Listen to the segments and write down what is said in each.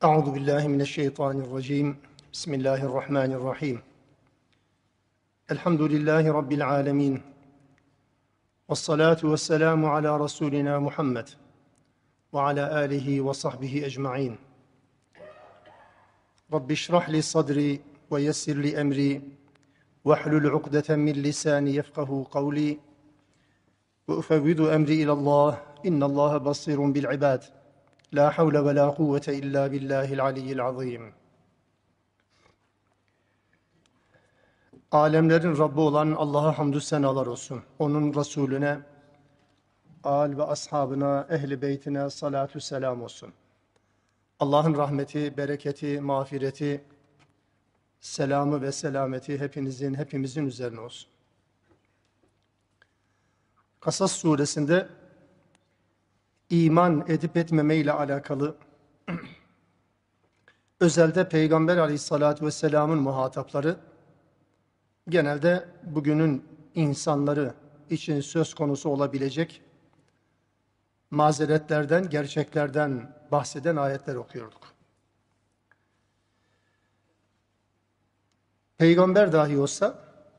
أعوذ بالله من الشيطان الرجيم بسم الله الرحمن الرحيم الحمد لله رب العالمين والصلاة والسلام على رسولنا محمد وعلى آله وصحبه أجمعين رب اشرح لي صدري ويسر لي أمري واحلل عقدة من لساني يفقه قولي وأفوض أمري إلى الله إن الله بصير بالعباد La havle ve la kuvvete illa billahil aliyyil azim. Alemlerin Rabbi olan Allah'a hamdü senalar olsun. Onun Resulüne, âl ve ashabına, ehli beytine salatü selam olsun. Allah'ın rahmeti, bereketi, mağfireti, selamı ve selameti hepimizin üzerine olsun. Kasas suresinde iman edip etmeme ile alakalı özelde Peygamber aleyhissalatü vesselamın muhatapları genelde bugünün insanları için söz konusu olabilecek mazeretlerden, gerçeklerden bahseden ayetler okuyorduk. Peygamber dahi olsa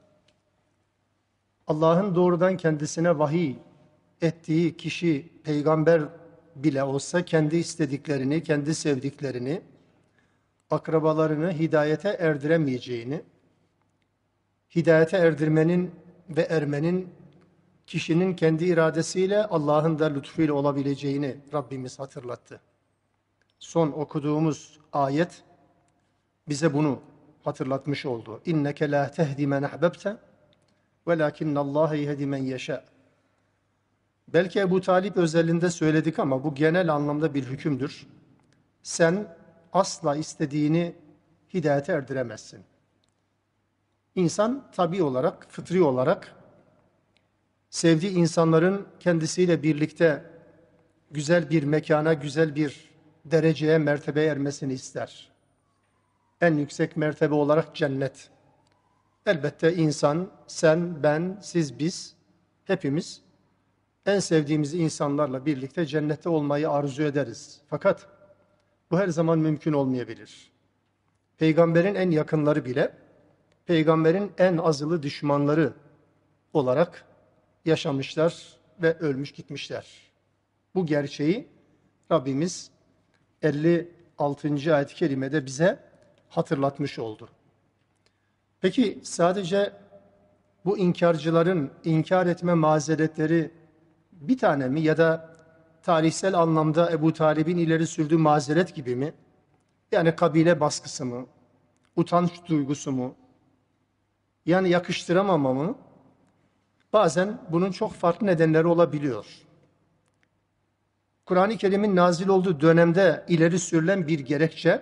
Allah'ın doğrudan kendisine vahiy ettiği kişi peygamber bile olsa kendi istediklerini, kendi sevdiklerini, akrabalarını hidayete erdiremeyeceğini, hidayete erdirmenin ve ermenin kişinin kendi iradesiyle Allah'ın da lütfuyla olabileceğini Rabbimiz hatırlattı. Son okuduğumuz ayet bize bunu hatırlatmış oldu. İnneke la tehdi men ahbebte velakinnallâhe yehdi men yeşâ. Belki Ebu Talip özelinde söyledik ama bu genel anlamda bir hükümdür. Sen asla istediğini hidayete erdiremezsin. İnsan tabii olarak, fıtri olarak sevdiği insanların kendisiyle birlikte güzel bir mekana, güzel bir dereceye, mertebeye ermesini ister. En yüksek mertebe olarak cennet. Elbette insan, sen, ben, siz, biz, hepimiz en sevdiğimiz insanlarla birlikte cennette olmayı arzu ederiz. Fakat bu her zaman mümkün olmayabilir. Peygamberin en yakınları bile, peygamberin en azılı düşmanları olarak yaşamışlar ve ölmüş gitmişler. Bu gerçeği Rabbimiz 56. ayet-i kerimede bize hatırlatmış oldu. Peki sadece bu inkarcıların inkar etme mazeretleri bir tane mi ya da tarihsel anlamda Ebu Talib'in ileri sürdüğü mazeret gibi mi? Yani kabile baskısı mı? Utanç duygusu mu? Yani yakıştıramama mı? Bazen bunun çok farklı nedenleri olabiliyor. Kur'an-ı Kerim'in nazil olduğu dönemde ileri sürülen bir gerekçe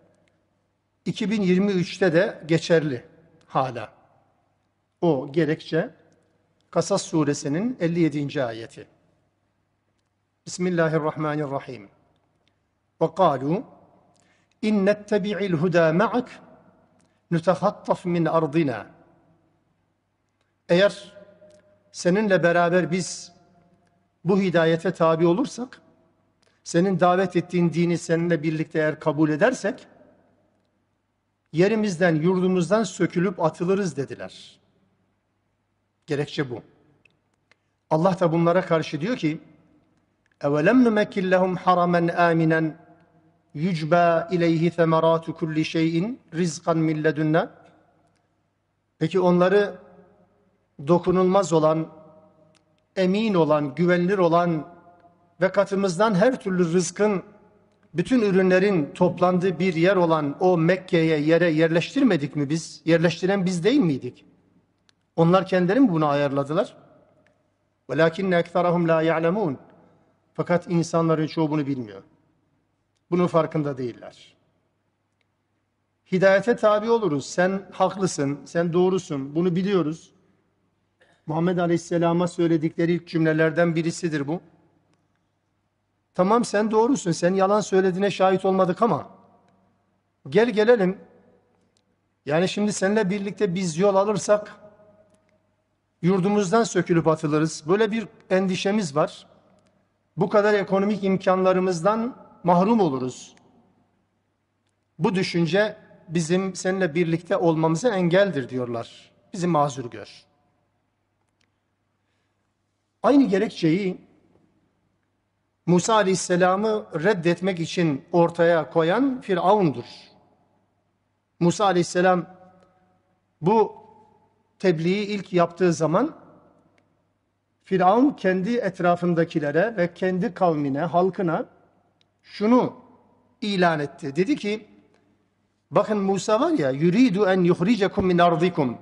2023'te de geçerli hala. O gerekçe Kasas suresinin 57. ayeti. Bismillahirrahmanirrahim. Ve kâlû innettebi'il hudâ ma'ak nutehattaf min ardina. Eğer seninle beraber biz bu hidayete tabi olursak, senin davet ettiğin dini seninle birlikte eğer kabul edersek, yerimizden, yurdumuzdan sökülüp atılırız dediler. Gerekçe bu. Allah da bunlara karşı diyor ki, اَوَلَمْ نُمَكِّنْ لَهُمْ حَرَمًا آمِنًا يُجْبَى اِلَيْهِ ثَمَرَاتُ كُلِّ شَيْءٍ رِزْقًا مِنْ لَدُنَّا. Peki onları dokunulmaz olan, emin olan, güvenilir olan ve katımızdan her türlü rızkın, bütün ürünlerin toplandığı bir yer olan o Mekke'ye, yere yerleştirmedik mi biz? Yerleştiren biz değil miydik? Onlar kendileri mi bunu ayarladılar? وَلَاكِنَّ اَكْثَرَهُمْ لَا يَعْلَمُونَ. Fakat insanların çoğu bunu bilmiyor. Bunun farkında değiller. Hidayete tabi oluruz. Sen haklısın, sen doğrusun. Bunu biliyoruz. Muhammed Aleyhisselam'a söyledikleri ilk cümlelerden birisidir bu. Tamam sen doğrusun, sen yalan söylediğine şahit olmadık ama gel gelelim. Yani şimdi seninle birlikte biz yol alırsak yurdumuzdan sökülüp atılırız. Böyle bir endişemiz var. Bu kadar ekonomik imkanlarımızdan mahrum oluruz. Bu düşünce bizim seninle birlikte olmamıza engeldir diyorlar. Bizi mazur gör. Aynı gerekçeyi Musa Aleyhisselam'ı reddetmek için ortaya koyan Firavun'dur. Musa Aleyhisselam bu tebliği ilk yaptığı zaman Firavun kendi etrafındakilere ve kendi kavmine, halkına şunu ilan etti. Dedi ki, bakın Musa var ya, yuridu en yuhricekum min ardikum.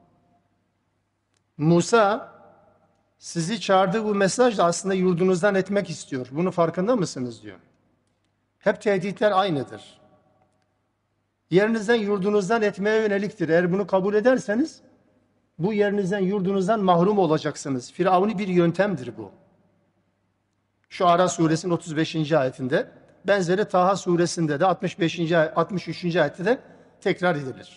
Musa sizi çağırdığı bu mesajla aslında yurdunuzdan etmek istiyor. Bunu farkında mısınız diyor. Hep tehditler aynıdır. Yerinizden, yurdunuzdan etmeye yöneliktir. Eğer bunu kabul ederseniz bu yerinizden, yurdunuzdan mahrum olacaksınız. Firavuni bir yöntemdir bu. Şuara suresinin 35. ayetinde, benzeri Taha suresinde de 63. ayette de tekrar edilir.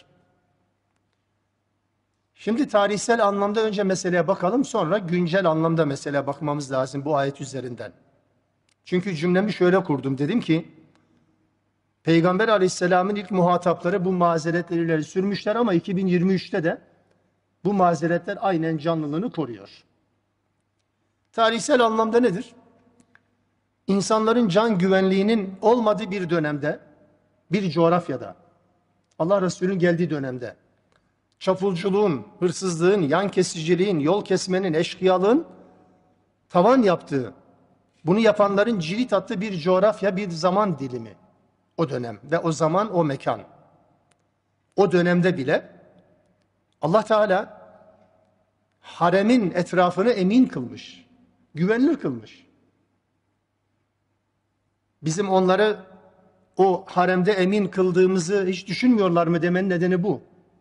Şimdi tarihsel anlamda önce meseleye bakalım, sonra güncel anlamda meseleye bakmamız lazım bu ayet üzerinden. Çünkü cümlemi şöyle kurdum, dedim ki, Peygamber Aleyhisselam'ın ilk muhatapları bu mazeretleri sürmüşler ama 2023'te de bu mazeretler aynen canlılığını koruyor. Tarihsel anlamda nedir? İnsanların can güvenliğinin olmadığı bir dönemde, bir coğrafyada, Allah Resulü'nün geldiği dönemde, çapulculuğun, hırsızlığın, yan kesiciliğin, yol kesmenin, eşkıyalığın tavan yaptığı, bunu yapanların cirit attığı bir coğrafya, bir zaman dilimi o dönem ve o zaman, o mekan. O dönemde bile Allah Teala haremin etrafını emin kılmış, güvenilir kılmış. Bizim onları o haremde emin kıldığımızı hiç düşünmüyorlar mı demenin nedeni bu.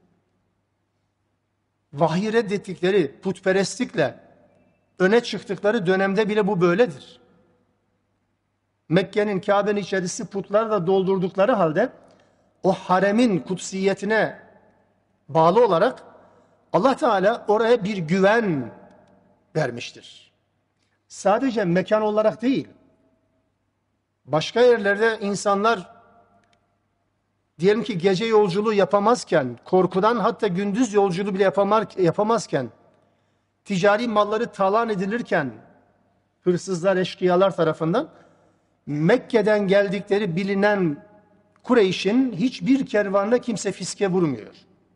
Vahiy reddettikleri, putperestlikle öne çıktıkları dönemde bile bu böyledir. Mekke'nin, Kabe'nin içerisi putlarla doldurdukları halde o haremin kutsiyetine bağlı olarak Allah Teala oraya bir güven vermiştir. Sadece mekan olarak değil, başka yerlerde insanlar diyelim ki gece yolculuğu yapamazken, korkudan hatta gündüz yolculuğu bile yapamazken, ticari malları talan edilirken, hırsızlar, eşkıyalar tarafından, Mekke'den geldikleri bilinen Kureyş'in hiçbir kervanına kimse fiske vurmuyor.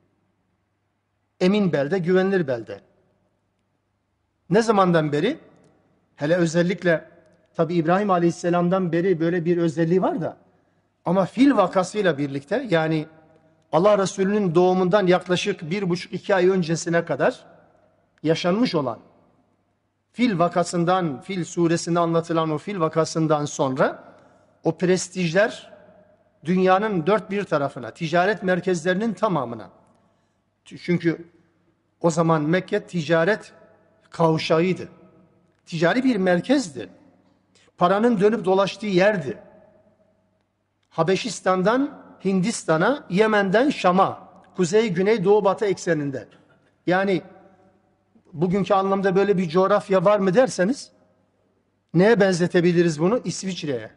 Emin belde, güvenilir belde. Ne zamandan beri? Hele özellikle tabi İbrahim Aleyhisselam'dan beri böyle bir özelliği var da, ama fil vakasıyla birlikte, yani Allah Resulü'nün doğumundan yaklaşık 1,5-2 ay öncesine kadar yaşanmış olan fil vakasından, Fil suresinde anlatılan o fil vakasından sonra o prestijler dünyanın dört bir tarafına, ticaret merkezlerinin tamamına. Çünkü o zaman Mekke ticaret kavşağıydı. Ticari bir merkezdi. Paranın dönüp dolaştığı yerdi. Habeşistan'dan Hindistan'a, Yemen'den Şam'a, kuzey, güney, doğu, batı ekseninde. Yani bugünkü anlamda böyle bir coğrafya var mı derseniz, neye benzetebiliriz bunu? İsviçre'ye.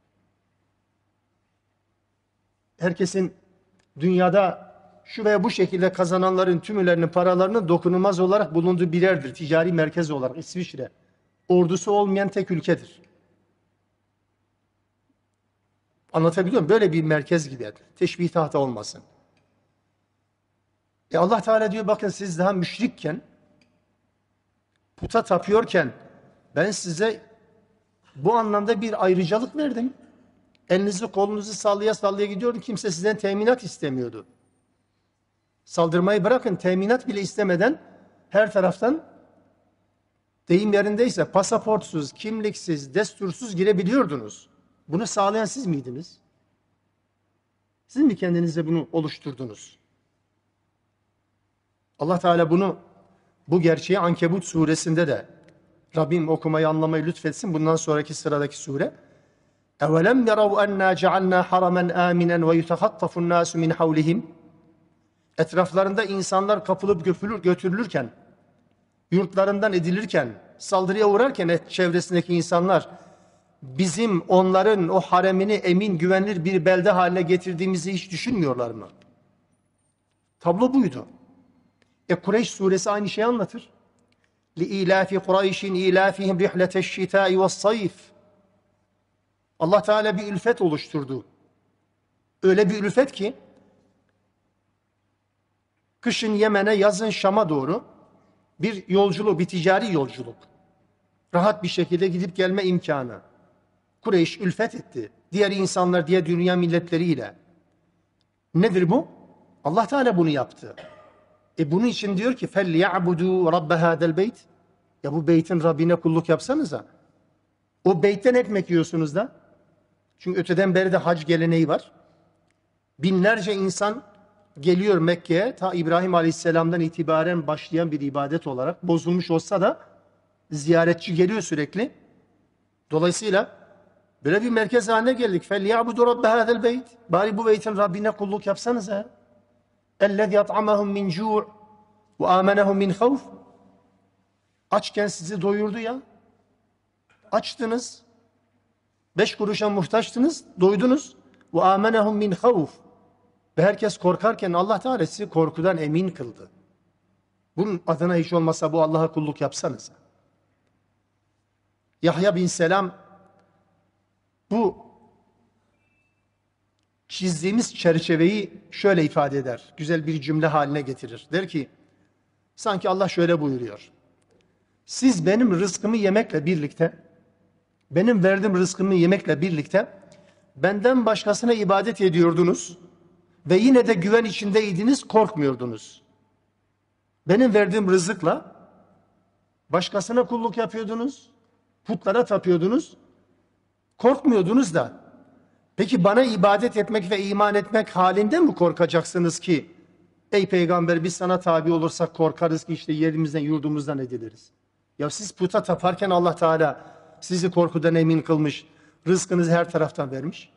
Herkesin dünyada şu veya bu şekilde kazananların tümülerinin paralarının dokunulmaz olarak bulunduğu bir yerdir. Ticari merkez olarak İsviçre. Ordusu olmayan tek ülkedir. Anlatabiliyor muyum? Böyle bir merkez gibi. Teşbih tahta olmasın. Allah Teala diyor, bakın siz daha müşrikken, puta tapıyorken ben size bu anlamda bir ayrıcalık verdim. Elinizi kolunuzu sallaya sallaya gidiyordu. Kimse sizden teminat istemiyordu. Saldırmayı bırakın, teminat bile istemeden her taraftan, deyim yerindeyse, pasaportsuz, kimliksiz, destursuz girebiliyordunuz. Bunu sağlayan siz miydiniz? Siz mi kendinize bunu oluşturdunuz? Allah Teala bu gerçeği Ankebut suresinde de, Rabbim okumayı anlamayı lütfetsin, bundan sonraki sıradaki sure. اَوَلَمْ يَرَوْا اَنَّا جَعَلْنَا حَرَمًا آمِنًا وَيُتَخَطَّفُ النَّاسُ مِنْ حَوْلِهِمْ. Etraflarında insanlar kapılıp götürülürken, yurtlarından edilirken, saldırıya uğrarken çevresindeki insanlar, bizim onların o haremini emin, güvenilir bir belde haline getirdiğimizi hiç düşünmüyorlar mı? Tablo buydu. Kureyş suresi aynı şeyi anlatır. لِإِلَافِ قُرَيْشٍ إِلَافِهِمْ رِحْلَةَ الشِّتَاءِ وَالصَّيْفِ. Allah Teala bir ülfet oluşturdu. Öyle bir ülfet ki kışın Yemen'e, yazın Şam'a doğru bir yolculuk, bir ticari yolculuk. Rahat bir şekilde gidip gelme imkanı. Kureyş ülfet etti. Diğer insanlar, diğer dünya milletleriyle. Nedir bu? Allah Teala bunu yaptı. Bunun için diyor ki فَلْيَعْبُدُوا رَبَّ هَذَا الْبَيْتِ. Ya bu beytin Rabbine kulluk yapsanıza. O beytten ekmek yiyorsunuz da. Çünkü öteden beri de hac geleneği var. Binlerce insan geliyor Mekke'ye. Ta İbrahim Aleyhisselam'dan itibaren başlayan bir ibadet olarak. Bozulmuş olsa da ziyaretçi geliyor sürekli. Dolayısıyla böyle bir merkez haline geldik. فَلْيَعْبُدُوا رَبَّ هَذَا الْبَيْتِ. Bari bu beytin Rabbine kulluk yapsanıza. اَلَّذْ يَطْعَمَهُمْ مِنْ جُوعٍ وَآمَنَهُمْ مِنْ خَوْفٍ. Açken sizi doyurdu ya. Açtınız. 5 kuruşa muhtaçtınız. Doydunuz. وَآمَنَهُمْ مِنْ خَوْفٍ. Ve herkes korkarken Allah Teala sizi korkudan emin kıldı. Bunun adına hiç olmasa bu Allah'a kulluk yapsanız. Yahya bin Selam bu çizdiğimiz çerçeveyi şöyle ifade eder. Güzel bir cümle haline getirir. Der ki, sanki Allah şöyle buyuruyor. Siz benim rızkımı yemekle birlikte, benim verdiğim rızkımı yemekle birlikte benden başkasına ibadet ediyordunuz ve yine de güven içindeydiniz, korkmuyordunuz. Benim verdiğim rızıkla başkasına kulluk yapıyordunuz, putlara tapıyordunuz, korkmuyordunuz da. Peki bana ibadet etmek ve iman etmek halinde mi korkacaksınız ki? Ey peygamber, biz sana tabi olursak korkarız ki işte yerimizden yurdumuzdan ediliriz. Ya siz puta taparken Allah Teala sizi korkudan emin kılmış, rızkınızı her taraftan vermiş.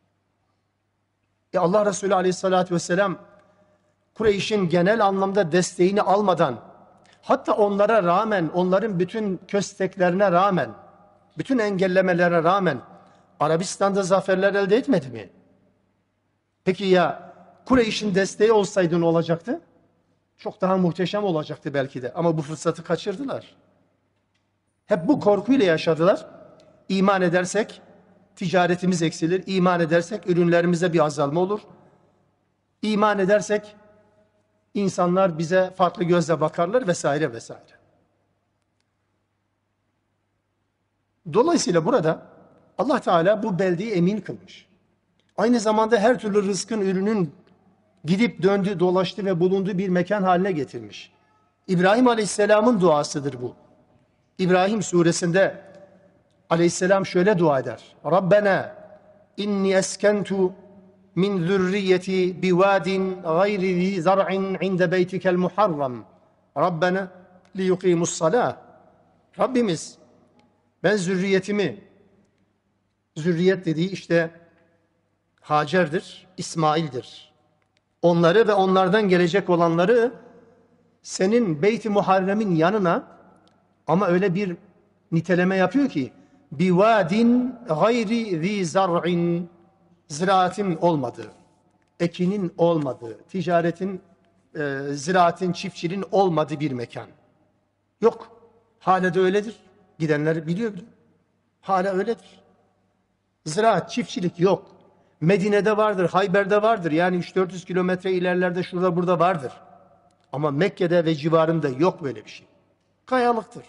Allah Resulü Aleyhisselatü Vesselam Kureyş'in genel anlamda desteğini almadan, hatta onlara rağmen, onların bütün kösteklerine rağmen, bütün engellemelere rağmen Arabistan'da zaferler elde etmedi mi? Peki ya Kureyş'in desteği olsaydı ne olacaktı? Çok daha muhteşem olacaktı belki de. Ama bu fırsatı kaçırdılar. Hep bu korkuyla yaşadılar. İman edersek ticaretimiz eksilir. İman edersek ürünlerimize bir azalma olur. İman edersek insanlar bize farklı gözle bakarlar vesaire vesaire. Dolayısıyla burada Allah Teala bu beldeyi emin kılmış. Aynı zamanda her türlü rızkın, ürünün gidip döndüğü, dolaştığı ve bulunduğu bir mekan haline getirmiş. İbrahim Aleyhisselam'ın duasıdır bu. İbrahim suresinde Aleyhisselam şöyle dua eder. Rabbena inni eskentu min zürriyeti bivadin gayri zi zar'in inde beytikel muharram. Rabbena liyukimus salah. Rabbimiz, ben zürriyetimi, zürriyet dediği işte Hacer'dir, İsmail'dir. Onları ve onlardan gelecek olanları senin Beyt-i Muharrem'in yanına, ama öyle bir niteleme yapıyor ki bivadin gayri zi zar'in, ziraatin olmadığı, ekinin olmadığı, ticaretin, ziraatin, çiftçiliğin olmadığı bir mekan. Yok. Hala da öyledir. Gidenler biliyor. Hala öyledir. Ziraat, çiftçilik yok. Medine'de vardır, Hayber'de vardır. Yani 300-400 kilometre ilerlerde şurada burada vardır. Ama Mekke'de ve civarında yok böyle bir şey. Kayalıktır.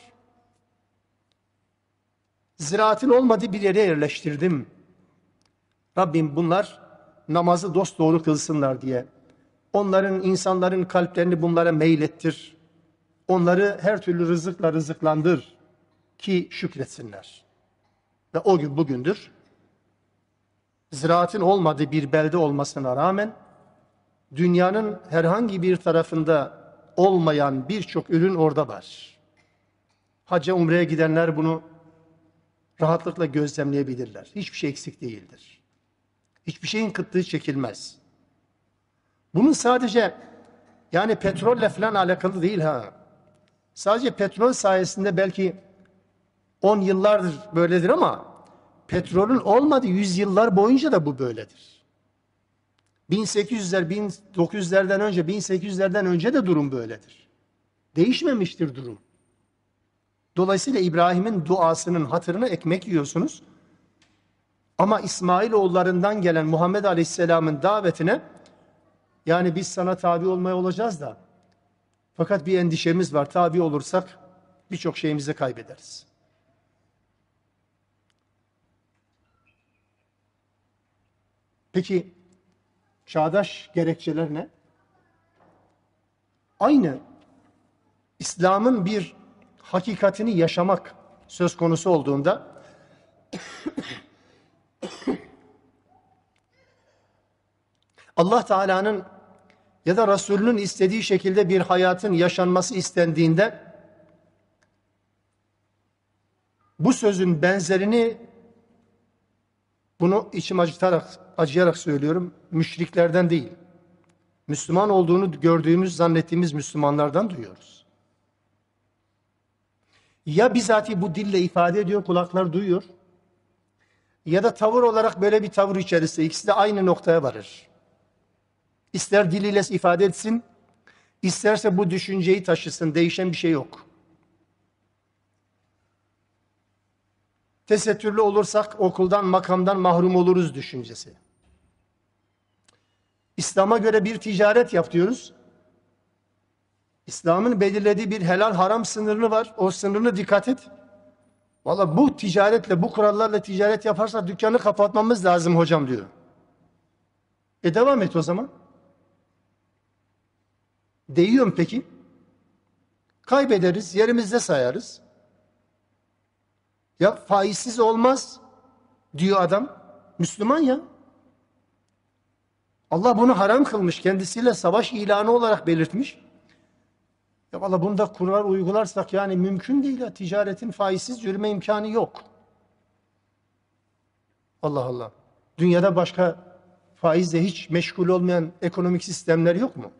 Ziraatin olmadığı bir yere yerleştirdim. Rabbim bunlar namazı dosdoğru kılsınlar diye. Onların, insanların kalplerini bunlara meylettir. Onları her türlü rızıkla rızıklandır ki şükretsinler. Ve o gün bugündür. Ziraatin olmadığı bir belde olmasına rağmen dünyanın herhangi bir tarafında olmayan birçok ürün orada var. Hacca, umreye gidenler bunu rahatlıkla gözlemleyebilirler. Hiçbir şey eksik değildir. Hiçbir şeyin kıtlığı çekilmez. Bunun sadece yani petrolle falan alakalı değil ha. Sadece petrol sayesinde belki 10 yıllardır böyledir ama petrolün olmadığı yüzyıllar boyunca da bu böyledir. 1800'ler, 1900'lerden önce, 1800'lerden önce de durum böyledir. Değişmemiştir durum. Dolayısıyla İbrahim'in duasının hatırına ekmek yiyorsunuz. Ama İsmailoğullarından gelen Muhammed Aleyhisselam'ın davetine, yani biz sana tabi olmaya olacağız da, fakat bir endişemiz var, tabi olursak birçok şeyimizi kaybederiz. Peki çağdaş gerekçeler ne? Aynı İslam'ın bir hakikatini yaşamak söz konusu olduğunda Allah Teala'nın ya da Resulünün istediği şekilde bir hayatın yaşanması istendiğinde bu sözün benzerini, bunu içim acıyarak söylüyorum, müşriklerden değil, Müslüman olduğunu gördüğümüz, zannettiğimiz Müslümanlardan duyuyoruz. Ya bizatihi bu dille ifade ediyor, kulaklar duyuyor, ya da tavır olarak böyle bir tavır içerisinde, ikisi de aynı noktaya varır. İster diliyle ifade etsin, isterse bu düşünceyi taşısın, değişen bir şey yok. Tesettürlü olursak okuldan, makamdan mahrum oluruz düşüncesi. İslam'a göre bir ticaret yap diyoruz. İslam'ın belirlediği bir helal haram sınırı var. O sınırını dikkat et. Vallahi bu ticaretle, bu kurallarla ticaret yaparsak dükkanı kapatmamız lazım hocam diyor. Devam et o zaman. Değiyor mu peki? Kaybederiz, yerimizde sayarız. Ya faizsiz olmaz diyor adam. Müslüman ya. Allah bunu haram kılmış. Kendisiyle savaş ilanı olarak belirtmiş. Ya vallahi bunu da kurar uygularsak yani mümkün değil ya. Ticaretin faizsiz yürüme imkanı yok. Allah Allah. Dünyada başka faizle hiç meşgul olmayan ekonomik sistemler yok mu?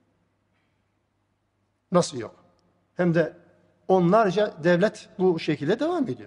Nasıl yok? Hem de onlarca devlet bu şekilde devam ediyor.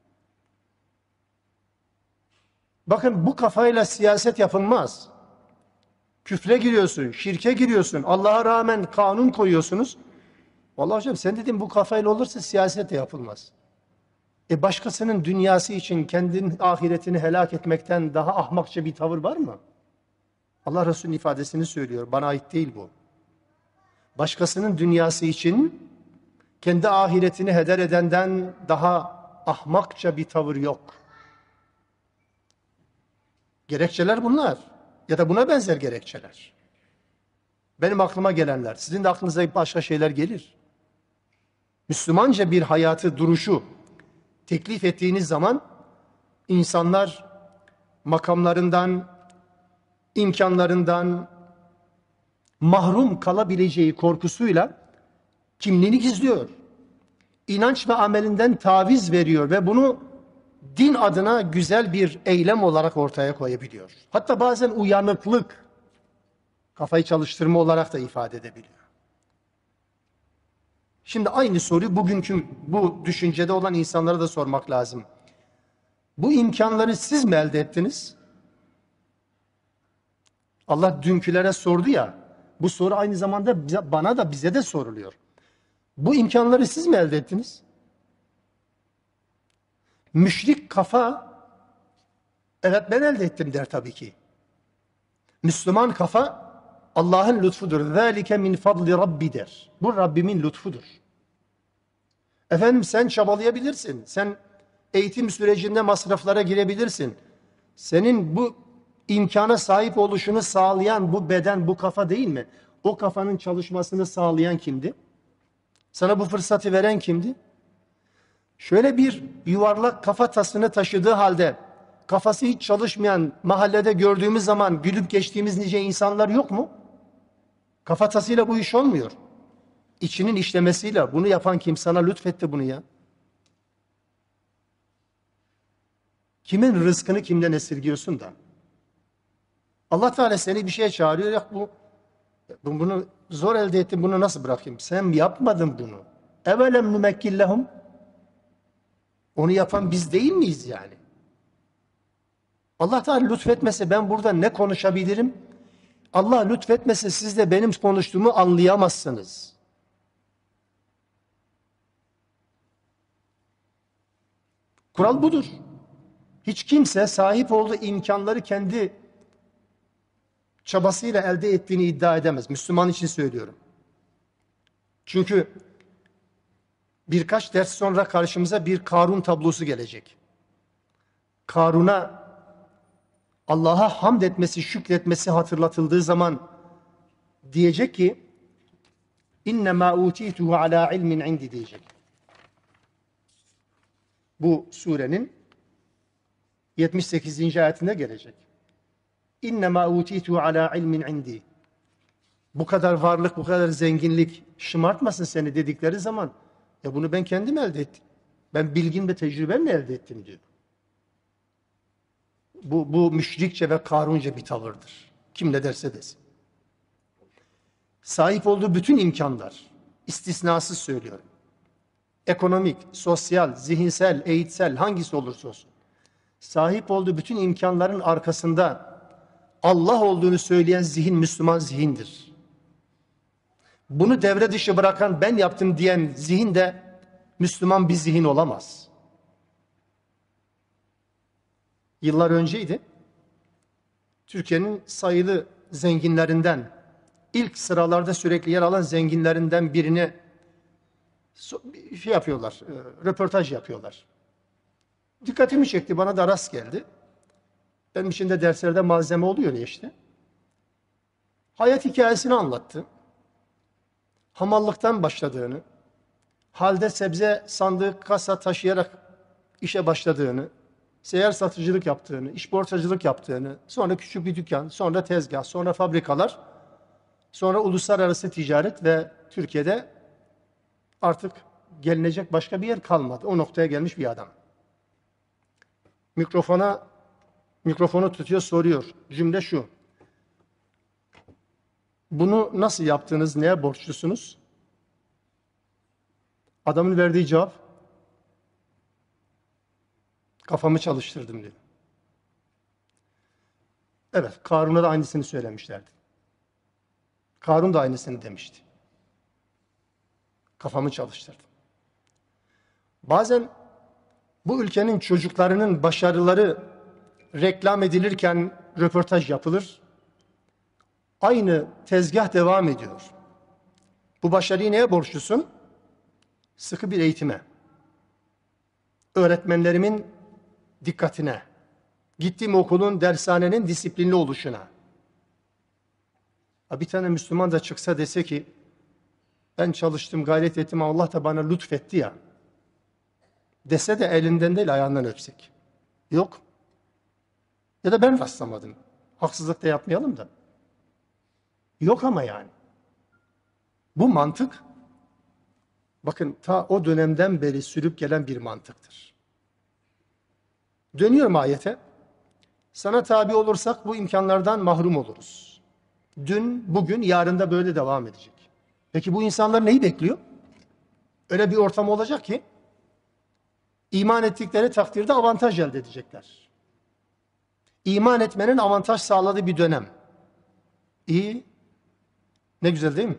Bakın bu kafayla siyaset yapılmaz. Küfre giriyorsun, şirke giriyorsun, Allah'a rağmen kanun koyuyorsunuz. Vallahi hocam sen dedin bu kafayla olursa siyaset de yapılmaz. Başkasının dünyası için kendinin ahiretini helak etmekten daha ahmakça bir tavır var mı? Allah Resulü'nün ifadesini söylüyor, bana ait değil bu. Başkasının dünyası için kendi ahiretini heder edenden daha ahmakça bir tavır yok. Gerekçeler bunlar ya da buna benzer gerekçeler. Benim aklıma gelenler, sizin de aklınıza başka şeyler gelir. Müslümanca bir hayatı, duruşu teklif ettiğiniz zaman insanlar makamlarından, imkanlarından mahrum kalabileceği korkusuyla kimliğini gizliyor. İnanç ve amelinden taviz veriyor ve bunu din adına güzel bir eylem olarak ortaya koyabiliyor. Hatta bazen uyanıklık, kafayı çalıştırma olarak da ifade edebiliyor. Şimdi aynı soruyu bugünkü bu düşüncede olan insanlara da sormak lazım. Bu imkanları siz mi elde ettiniz? Allah dünkülere sordu ya, bu soru aynı zamanda bana da bize de soruluyor. Bu imkanları siz mi elde ettiniz? Müşrik kafa, evet ben elde ettim der tabii ki. Müslüman kafa, Allah'ın lütfudur. ذَٰلِكَ مِنْ فَضْلِ رَبِّ der. Bu Rabbimin lütfudur. Efendim sen çabalayabilirsin. Sen eğitim sürecinde masraflara girebilirsin. Senin bu imkana sahip oluşunu sağlayan bu beden, bu kafa değil mi? O kafanın çalışmasını sağlayan kimdi? Sana bu fırsatı veren kimdi? Şöyle bir yuvarlak kafatasını taşıdığı halde kafası hiç çalışmayan mahallede gördüğümüz zaman gülüp geçtiğimiz nice insanlar yok mu? Kafatasıyla bu iş olmuyor. İçinin işlemesiyle bunu yapan kim sana lütfetti bunu ya? Kimin rızkını kimden esirgiyorsun da? Allah Teala seni bir şeye çağırıyor ya bunu zor elde ettim bunu nasıl bırakayım? Sen yapmadın bunu. Evelem numekkillehum. Onu yapan biz değil miyiz yani? Allah Teala lütfetmese ben burada ne konuşabilirim? Allah lütfetmese siz de benim konuştuğumu anlayamazsınız. Kural budur. Hiç kimse sahip olduğu imkanları kendi çabasıyla elde ettiğini iddia edemez. Müslüman için söylüyorum. Çünkü birkaç ders sonra karşımıza bir Karun tablosu gelecek. Karun'a Allah'a hamd etmesi, şükretmesi hatırlatıldığı zaman diyecek ki İnnemâ utîtuhu alâ ilmin indi diyecek. Bu surenin 78. ayetinde gelecek. İnnemâ utîtuhu alâ ilmin indi. Bu kadar varlık, bu kadar zenginlik şımartmasın seni dedikleri zaman ya bunu ben kendim elde ettim. Ben bilgim ve tecrübemle elde ettim diyor. Bu müşrikçe ve karunca bir tavırdır. Kim ne derse desin. Sahip olduğu bütün imkanlar, istisnasız söylüyorum. Ekonomik, sosyal, zihinsel, eğitsel hangisi olursa olsun. Sahip olduğu bütün imkanların arkasında Allah olduğunu söyleyen zihin Müslüman zihindir. Bunu devre dışı bırakan ben yaptım diyen zihin de Müslüman bir zihin olamaz. Yıllar önceydi. Türkiye'nin sayılı zenginlerinden, ilk sıralarda sürekli yer alan zenginlerinden birini yapıyorlar, röportaj yapıyorlar. Dikkatimi çekti, bana da rast geldi. Benim için de derslerde malzeme oluyor ya işte. Hayat hikayesini anlattı. Hamallıktan başladığını, halde sebze sandığı kasa taşıyarak işe başladığını, seyyar satıcılık yaptığını, işportacılık yaptığını, sonra küçük bir dükkan, sonra tezgah, sonra fabrikalar, sonra uluslararası ticaret ve Türkiye'de artık gelinecek başka bir yer kalmadı. O noktaya gelmiş bir adam. Mikrofonu tutuyor, soruyor. Cümle şu. Bunu nasıl yaptınız, neye borçlusunuz? Adamın verdiği cevap, kafamı çalıştırdım diyor. Evet, Karun'a da aynısını söylemişlerdi. Karun da aynısını demişti. Kafamı çalıştırdım. Bazen bu ülkenin çocuklarının başarıları reklam edilirken röportaj yapılır. Aynı tezgah devam ediyor. Bu başarıyı neye borçlusun? Sıkı bir eğitime. Öğretmenlerimin dikkatine. Gittiğim okulun, dershanenin disiplinli oluşuna. Bir tane Müslüman da çıksa dese ki ben çalıştım, gayret ettim, Allah da bana lütfetti ya. Dese de elinden değil ayağından öpsek. Yok. Ya da ben rastlamadım. Haksızlık da yapmayalım da. Yok ama yani. Bu mantık, bakın ta o dönemden beri sürüp gelen bir mantıktır. Dönüyorum ayete. Sana tabi olursak bu imkanlardan mahrum oluruz. Dün, bugün, yarın da böyle devam edecek. Peki bu insanlar neyi bekliyor? Öyle bir ortam olacak ki iman ettikleri takdirde avantaj elde edecekler. İman etmenin avantaj sağladığı bir dönem. İyi. Ne güzel değil mi?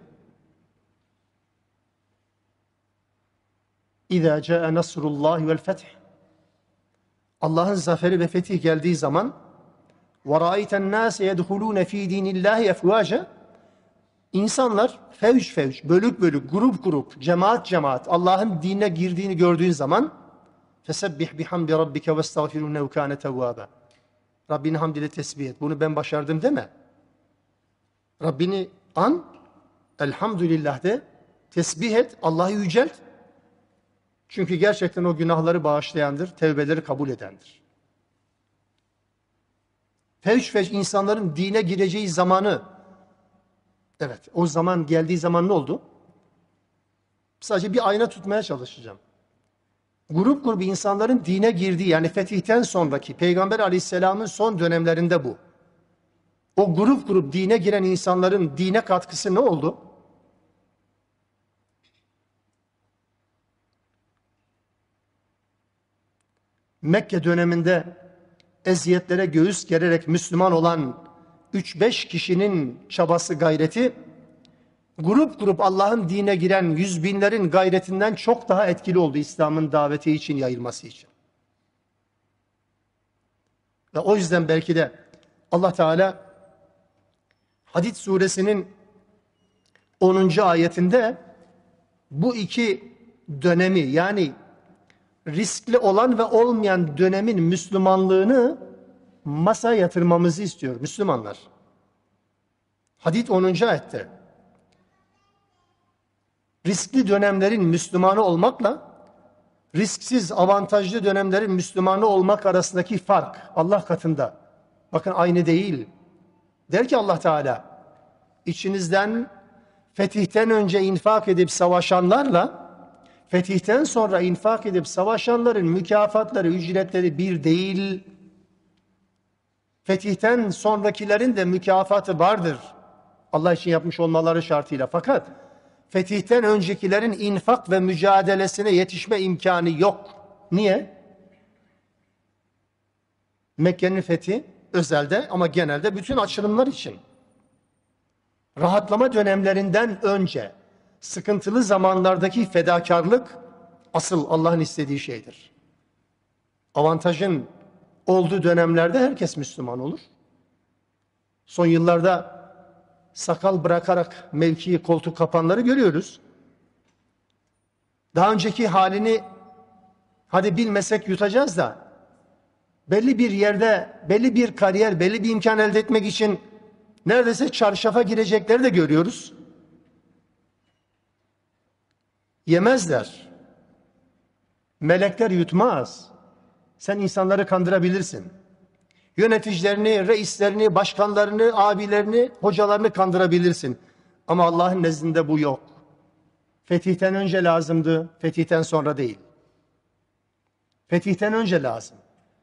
İzâ câe nasrullâhi vel feth. Allah'ın zaferi ve fetih geldiği zaman وَرَأَيْتَ النَّاسَ يَدْخُلُونَ ف۪ي د۪ينِ اللّٰهِ اَفْوَاجًا. İnsanlar fevç fevç, bölük bölük, grup grup, cemaat cemaat Allah'ın dinine girdiğini gördüğün zaman فَسَبِّحْ بِحَمْدِ رَبِّكَ وَاسْتَغْفِرُ اِنَّهُ كَانَ تَوَّابًا. Rabbini hamd ile tesbih et. Bunu ben başardım deme. Rabbini an, elhamdülillah de, tesbih et, Allah'ı yücelt. Çünkü gerçekten o günahları bağışlayandır, tevbeleri kabul edendir. Fevç fevç insanların dine gireceği zamanı, evet o zaman geldiği zaman ne oldu? Sadece bir ayna tutmaya çalışacağım. Grup grup insanların dine girdiği, yani fetihten sonraki Peygamber Aleyhisselam'ın son dönemlerinde bu. O grup grup dine giren insanların dine katkısı ne oldu? Mekke döneminde eziyetlere göğüs gererek Müslüman olan 3-5 kişinin çabası, gayreti, grup grup Allah'ın dine giren yüz binlerin gayretinden çok daha etkili oldu İslam'ın daveti için, yayılması için. Ve o yüzden belki de Allah Teala Hadid suresinin 10. ayetinde bu iki dönemi, yani riskli olan ve olmayan dönemin Müslümanlığını masaya yatırmamızı istiyor Müslümanlar. Hadid 10. ayette riskli dönemlerin Müslümanı olmakla risksiz, avantajlı dönemlerin Müslümanı olmak arasındaki fark Allah katında, bakın, aynı değil. Der ki Allah Teala, içinizden fetihten önce infak edip savaşanlarla fetihten sonra infak edip savaşanların mükafatları, ücretleri bir değil. Fetihten sonrakilerin de mükafatı vardır, Allah için yapmış olmaları şartıyla. Fakat fetihten öncekilerin infak ve mücadelesine yetişme imkanı yok. Niye? Mekke'nin fethi özelde ama genelde bütün açılımlar için. Rahatlama dönemlerinden önce sıkıntılı zamanlardaki fedakarlık asıl Allah'ın istediği şeydir. Avantajın olduğu dönemlerde herkes Müslüman olur. Son yıllarda sakal bırakarak mevkiyi, koltuk kapanları görüyoruz. Daha önceki halini hadi bilmesek yutacağız da belli bir yerde, belli bir kariyer, belli bir imkan elde etmek için neredeyse çarşafa girecekleri de görüyoruz. Yemezler. Melekler yutmaz. Sen insanları kandırabilirsin. Yöneticilerini, reislerini, başkanlarını, abilerini, hocalarını kandırabilirsin. Ama Allah'ın nezdinde bu yok. Fetihten önce lazımdı, fetihten sonra değil. Fetihten önce lazım.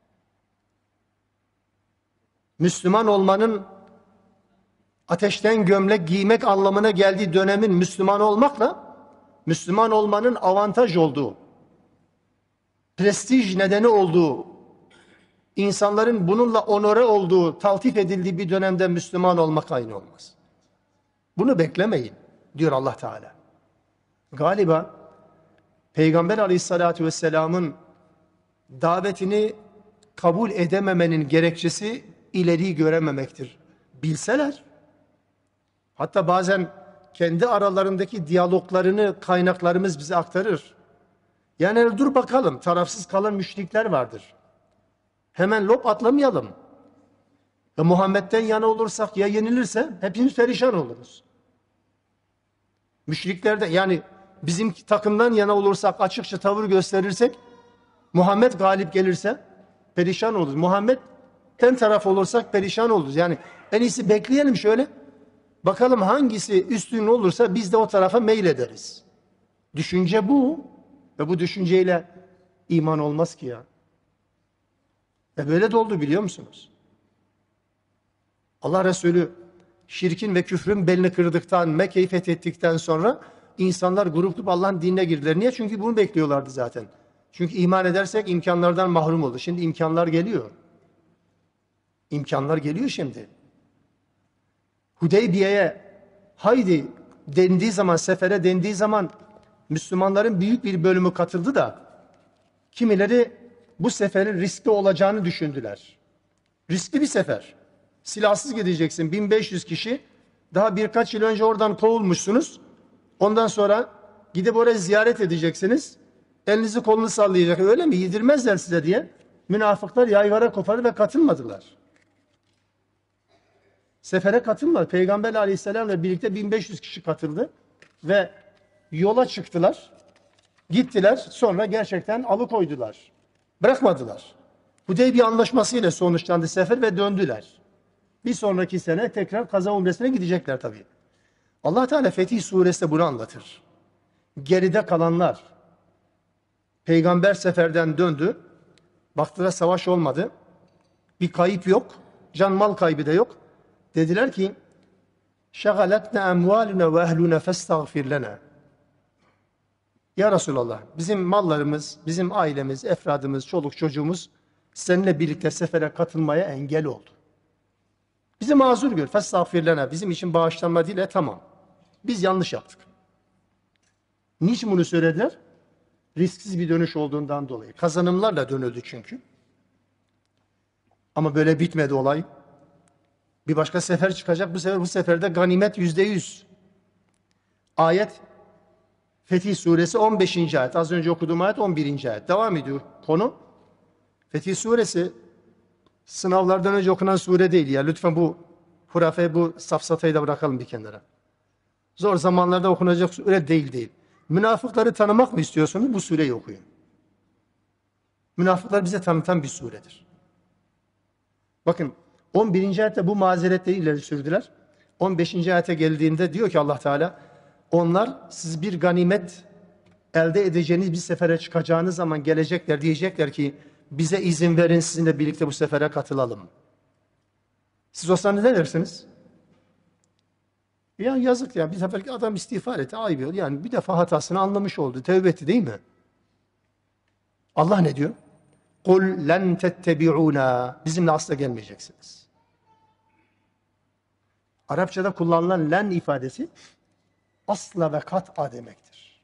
Müslüman olmanın ateşten gömlek giymek anlamına geldiği dönemin Müslüman olmakla Müslüman olmanın avantaj olduğu, prestij nedeni olduğu, insanların bununla onore olduğu, taltif edildiği bir dönemde Müslüman olmak aynı olmaz. Bunu beklemeyin diyor Allah Teala. Galiba Peygamber Aleyhisselatü Vesselam'ın davetini kabul edememenin gerekçesi ileriyi görememektir. Bilseler, hatta bazen kendi aralarındaki diyaloglarını kaynaklarımız bize aktarır. Yani dur bakalım, tarafsız kalan müşrikler vardır. Hemen lop atlamayalım. Ve Muhammed'den yana olursak ya yenilirse hepimiz perişan oluruz. Müşriklerde, yani bizim takımdan yana olursak, açıkça tavır gösterirsek, Muhammed galip gelirse perişan oluruz. Muhammed'den taraf olursak perişan oluruz. Yani en iyisi bekleyelim şöyle. Bakalım hangisi üstün olursa biz de o tarafa meylederiz. Düşünce bu. Ve bu düşünceyle iman olmaz ki ya. Ve böyle de oldu, biliyor musunuz? Allah Resulü şirkin ve küfrün belini kırdıktan, Mekke'yi fethettikten sonra insanlar grup grup Allah'ın dinine girdiler. Niye? Çünkü bunu bekliyorlardı zaten. Çünkü iman edersek imkanlardan mahrum olur. Şimdi imkanlar geliyor. İmkanlar geliyor şimdi. Hudeybiye'ye haydi dendiği zaman, sefere dendiği zaman Müslümanların büyük bir bölümü katıldı da kimileri bu seferin riskli olacağını düşündüler. Riskli bir sefer. Silahsız gideceksin, 1500 kişi. Daha birkaç yıl önce oradan kovulmuşsunuz. Ondan sonra gidip oraya ziyaret edeceksiniz. Elinizi kolunu sallayacak. Öyle mi? Yedirmezler size diye. Münafıklar yaygara kopardı ve katılmadılar. Sefere katılmadı. Peygamber Aleyhisselam'la birlikte 1500 kişi katıldı. Ve yola çıktılar. Gittiler. Sonra gerçekten alıkoydular. Bırakmadılar. Hudeybiye anlaşmasıyla sonuçlandı sefer ve döndüler. Bir sonraki sene tekrar Kaza Umresi'ne gidecekler tabii. Allah Teala Fetih Suresi'nde bunu anlatır. Geride kalanlar, peygamber seferden döndü. Baktılar savaş olmadı. Bir kayıp yok. Can mal kaybı da yok. Dediler ki şagaletne emvaluna ve ehluna festağfir lena. Ya Resulallah, bizim mallarımız, bizim ailemiz, efradımız, çoluk çocuğumuz seninle birlikte sefere katılmaya engel oldu. Bizi mazur gör. Festağfirlena. Bizim için bağışlanma dile, tamam. Biz yanlış yaptık. Niçin bunu söylediler? Risksiz bir dönüş olduğundan dolayı. Kazanımlarla dönüldü çünkü. Ama böyle bitmedi olay. Bir başka sefer çıkacak. Bu seferde ganimet %100. Ayet Fetih Suresi 15. ayet. Az önce okuduğum ayet 11. ayet. Devam ediyor konu. Fetih Suresi sınavlardan önce okunan sure değil ya. Lütfen bu hurafe, bu safsatayı da bırakalım bir kenara. Zor zamanlarda okunacak sure değil. Münafıkları tanımak mı istiyorsunuz? Bu sureyi okuyun. Münafıklar bize tanıtan bir suredir. Bakın 11. ayette bu mazeretleri ileri sürdüler. 15. ayete geldiğinde diyor ki Allah Teala, onlar siz bir ganimet elde edeceğiniz bir sefere çıkacağınız zaman gelecekler, diyecekler ki bize izin verin, sizinle birlikte bu sefere katılalım. Siz olsanız ne dersiniz? Ya yazık ya, bir sefer adam istiğfar etti, ayıp. Yani bir defa hatasını anlamış oldu, tevbe etti değil mi? Allah ne diyor? قُلْ لَنْ تَتَّبِعُونَا. Bizimle asla gelmeyeceksiniz. Arapçada kullanılan len ifadesi asla ve kat'a demektir.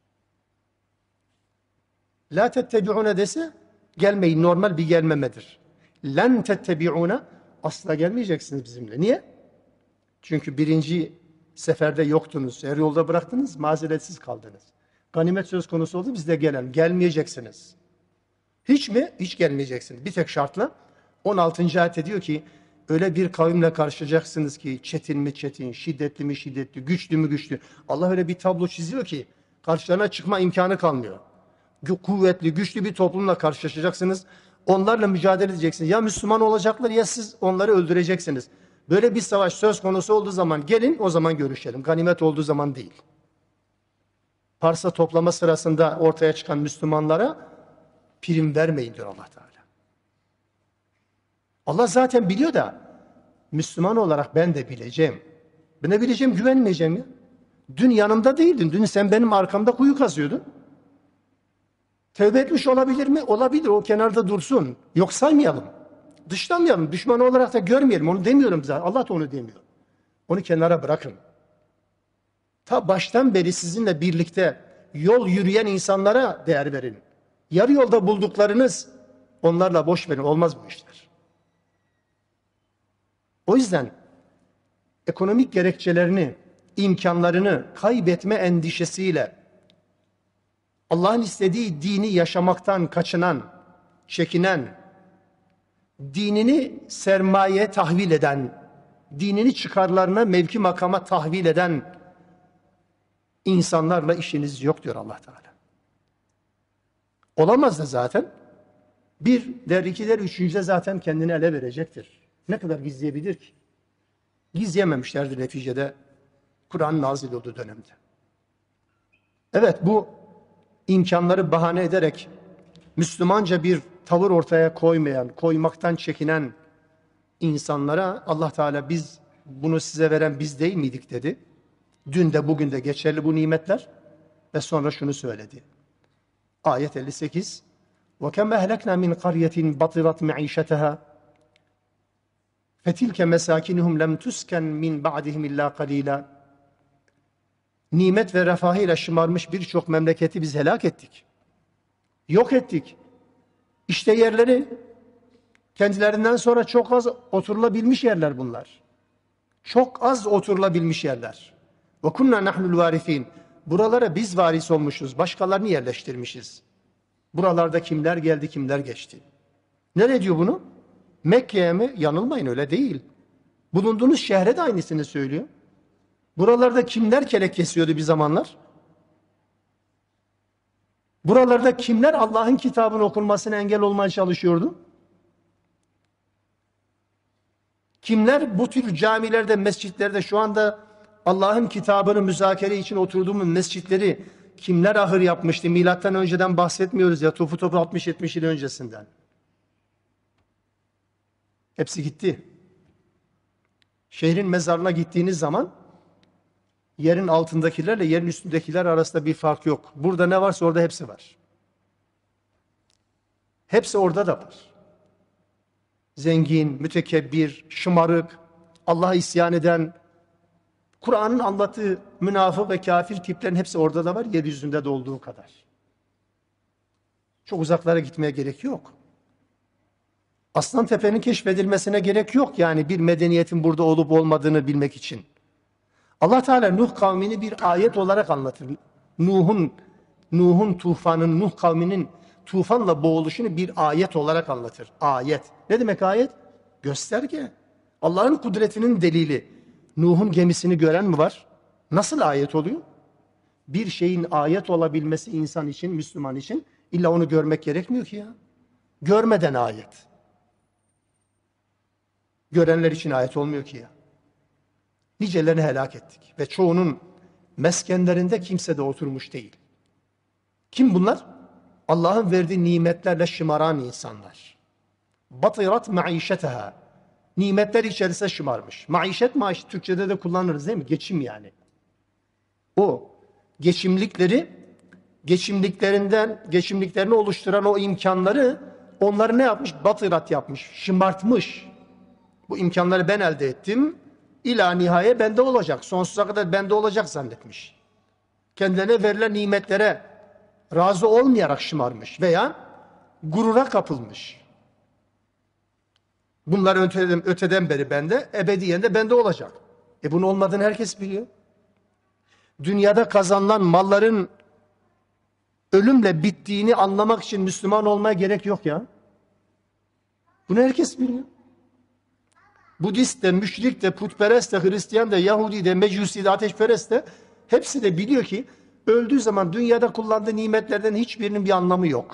La tettebi'une dese gelmeyin, normal bir gelmemedir. Len tettebi'une, asla gelmeyeceksiniz bizimle. Niye? Çünkü birinci seferde yoktunuz, her yolda bıraktınız, mazeretsiz kaldınız. Ganimet söz konusu oldu, biz de gelmeyeceksiniz. Hiç mi? Hiç gelmeyeceksiniz. Bir tek şartla 16. ayette diyor ki öyle bir kavimle karşılaşacaksınız ki çetin mi çetin, şiddetli mi şiddetli, güçlü mü güçlü. Allah öyle bir tablo çiziyor ki karşılarına çıkma imkanı kalmıyor. Kuvvetli, güçlü bir toplumla karşılaşacaksınız. Onlarla mücadele edeceksiniz. Ya Müslüman olacaklar ya siz onları öldüreceksiniz. Böyle bir savaş söz konusu olduğu zaman gelin, o zaman görüşelim. Ganimet olduğu zaman değil. Parsa toplama sırasında ortaya çıkan Müslümanlara prim vermeyin diyor Allah Teala. Allah zaten biliyor da Müslüman olarak ben de bileceğim. Ben de bileceğim, güvenmeyeceğim ya. Dün yanımda değildin. Dün sen benim arkamda kuyu kazıyordun. Tevbe etmiş olabilir mi? Olabilir. O kenarda dursun. Yok saymayalım. Dışlamayalım. Düşman olarak da görmeyelim. Onu demiyorum zaten. Allah da onu demiyor. Onu kenara bırakın. Ta baştan beri sizinle birlikte yol yürüyen insanlara değer verin. Yarı yolda bulduklarınız onlarla boş verin. Olmaz bu işler. O yüzden ekonomik gerekçelerini, imkanlarını kaybetme endişesiyle Allah'ın istediği dini yaşamaktan kaçınan, çekinen, dinini sermayeye tahvil eden, dinini çıkarlarına, mevki makama tahvil eden insanlarla işiniz yok diyor Allah Teala. Olamaz da zaten. Bir der, iki der, üçüncü de zaten kendini ele verecektir. Ne kadar gizleyebilir ki? Gizleyememişlerdir neticede Kur'an nazil olduğu dönemde. Evet, bu imkanları bahane ederek Müslümanca bir tavır ortaya koymayan, koymaktan çekinen insanlara Allah Teala biz bunu size veren biz değil miydik dedi. Dün de bugün de geçerli bu nimetler ve sonra şunu söyledi. Ayet 58. وَكَمْ اَهْلَكْنَا مِنْ قَرْيَةٍ بَطِرَتْ مَعِيشَتَهَا فَتِلْكَ مَسَاكِنُهُمْ لَمْ تُسْكَنْ مِنْ بَعْدِهِمْ اِلَّا قَلِيلًا. Nimet ve refahıyla şımarmış birçok memleketi biz helak ettik. Yok ettik. İşte yerleri kendilerinden sonra çok az oturulabilmiş yerler bunlar. Çok az oturulabilmiş yerler. وَكُنَّا نَحْنُ الْوَارِثِينَ. Buralara biz varis olmuşuz. Başkalarını yerleştirmişiz. Buralarda kimler geldi, kimler geçti. Nereye diyor bunu? Mekke'ye mi? Yanılmayın, öyle değil. Bulunduğunuz şehre de aynısını söylüyor. Buralarda kimler kelek kesiyordu bir zamanlar? Buralarda kimler Allah'ın kitabının okunmasına engel olmaya çalışıyordu? Kimler bu tür camilerde, mescitlerde şu anda Allah'ın kitabını müzakere için oturduğumuz mescitleri kimler ahır yapmıştı? Milattan önceden bahsetmiyoruz ya, topu 60-70 yıl öncesinden. Hepsi gitti. Şehrin mezarına gittiğiniz zaman yerin altındakilerle yerin üstündekiler arasında bir fark yok. Burada ne varsa orada hepsi var. Hepsi orada da var. zengin, mütekebbir, şımarık, Allah'a isyan eden, Kur'an'ın anlattığı münafık ve kafir tiplerin hepsi orada da var, yeryüzünde de olduğu kadar. Çok uzaklara gitmeye gerek yok. Aslantepe'nin keşfedilmesine gerek yok yani bir medeniyetin burada olup olmadığını bilmek için. Allah Teala Nuh kavmini bir ayet olarak anlatır. Nuh'un tufanın, Nuh kavminin tufanla boğuluşunu bir ayet olarak anlatır. Ayet. Ne demek ayet? Gösterge. Allah'ın kudretinin delili. Nuh'un gemisini gören mi var? Nasıl ayet oluyor? Bir şeyin ayet olabilmesi insan için, Müslüman için illa onu görmek gerekmiyor ki ya. Görmeden ayet. Görenler için ayet olmuyor ki ya. Nicelerini helak ettik ve çoğunun meskenlerinde kimse de oturmuş değil. Kim bunlar? Allah'ın verdiği nimetlerle şımaran insanlar. Batırat maişeteha. Nimetler içerisinde şımarmış. Maişet, Türkçe'de de kullanırız değil mi? Geçim yani. O geçimliklerini oluşturan o imkanları onları ne yapmış? Batırat yapmış, şımartmış. Bu imkanları ben elde ettim. İla nihaye bende olacak. Sonsuza kadar bende olacak zannetmiş. Kendilerine verilen nimetlere razı olmayarak şımarmış veya gurura kapılmış. Bunlar öteden beri bende, ebediyen de bende olacak. Bunun olmadığını herkes biliyor. Dünyada kazanılan malların ölümle bittiğini anlamak için Müslüman olmaya gerek yok ya. Bunu herkes biliyor. Budist de, müşrik de, putperest de, Hristiyan da, Yahudi de, Mecusi de, ateşperest de hepsi de biliyor ki öldüğü zaman dünyada kullandığı nimetlerden hiçbirinin bir anlamı yok.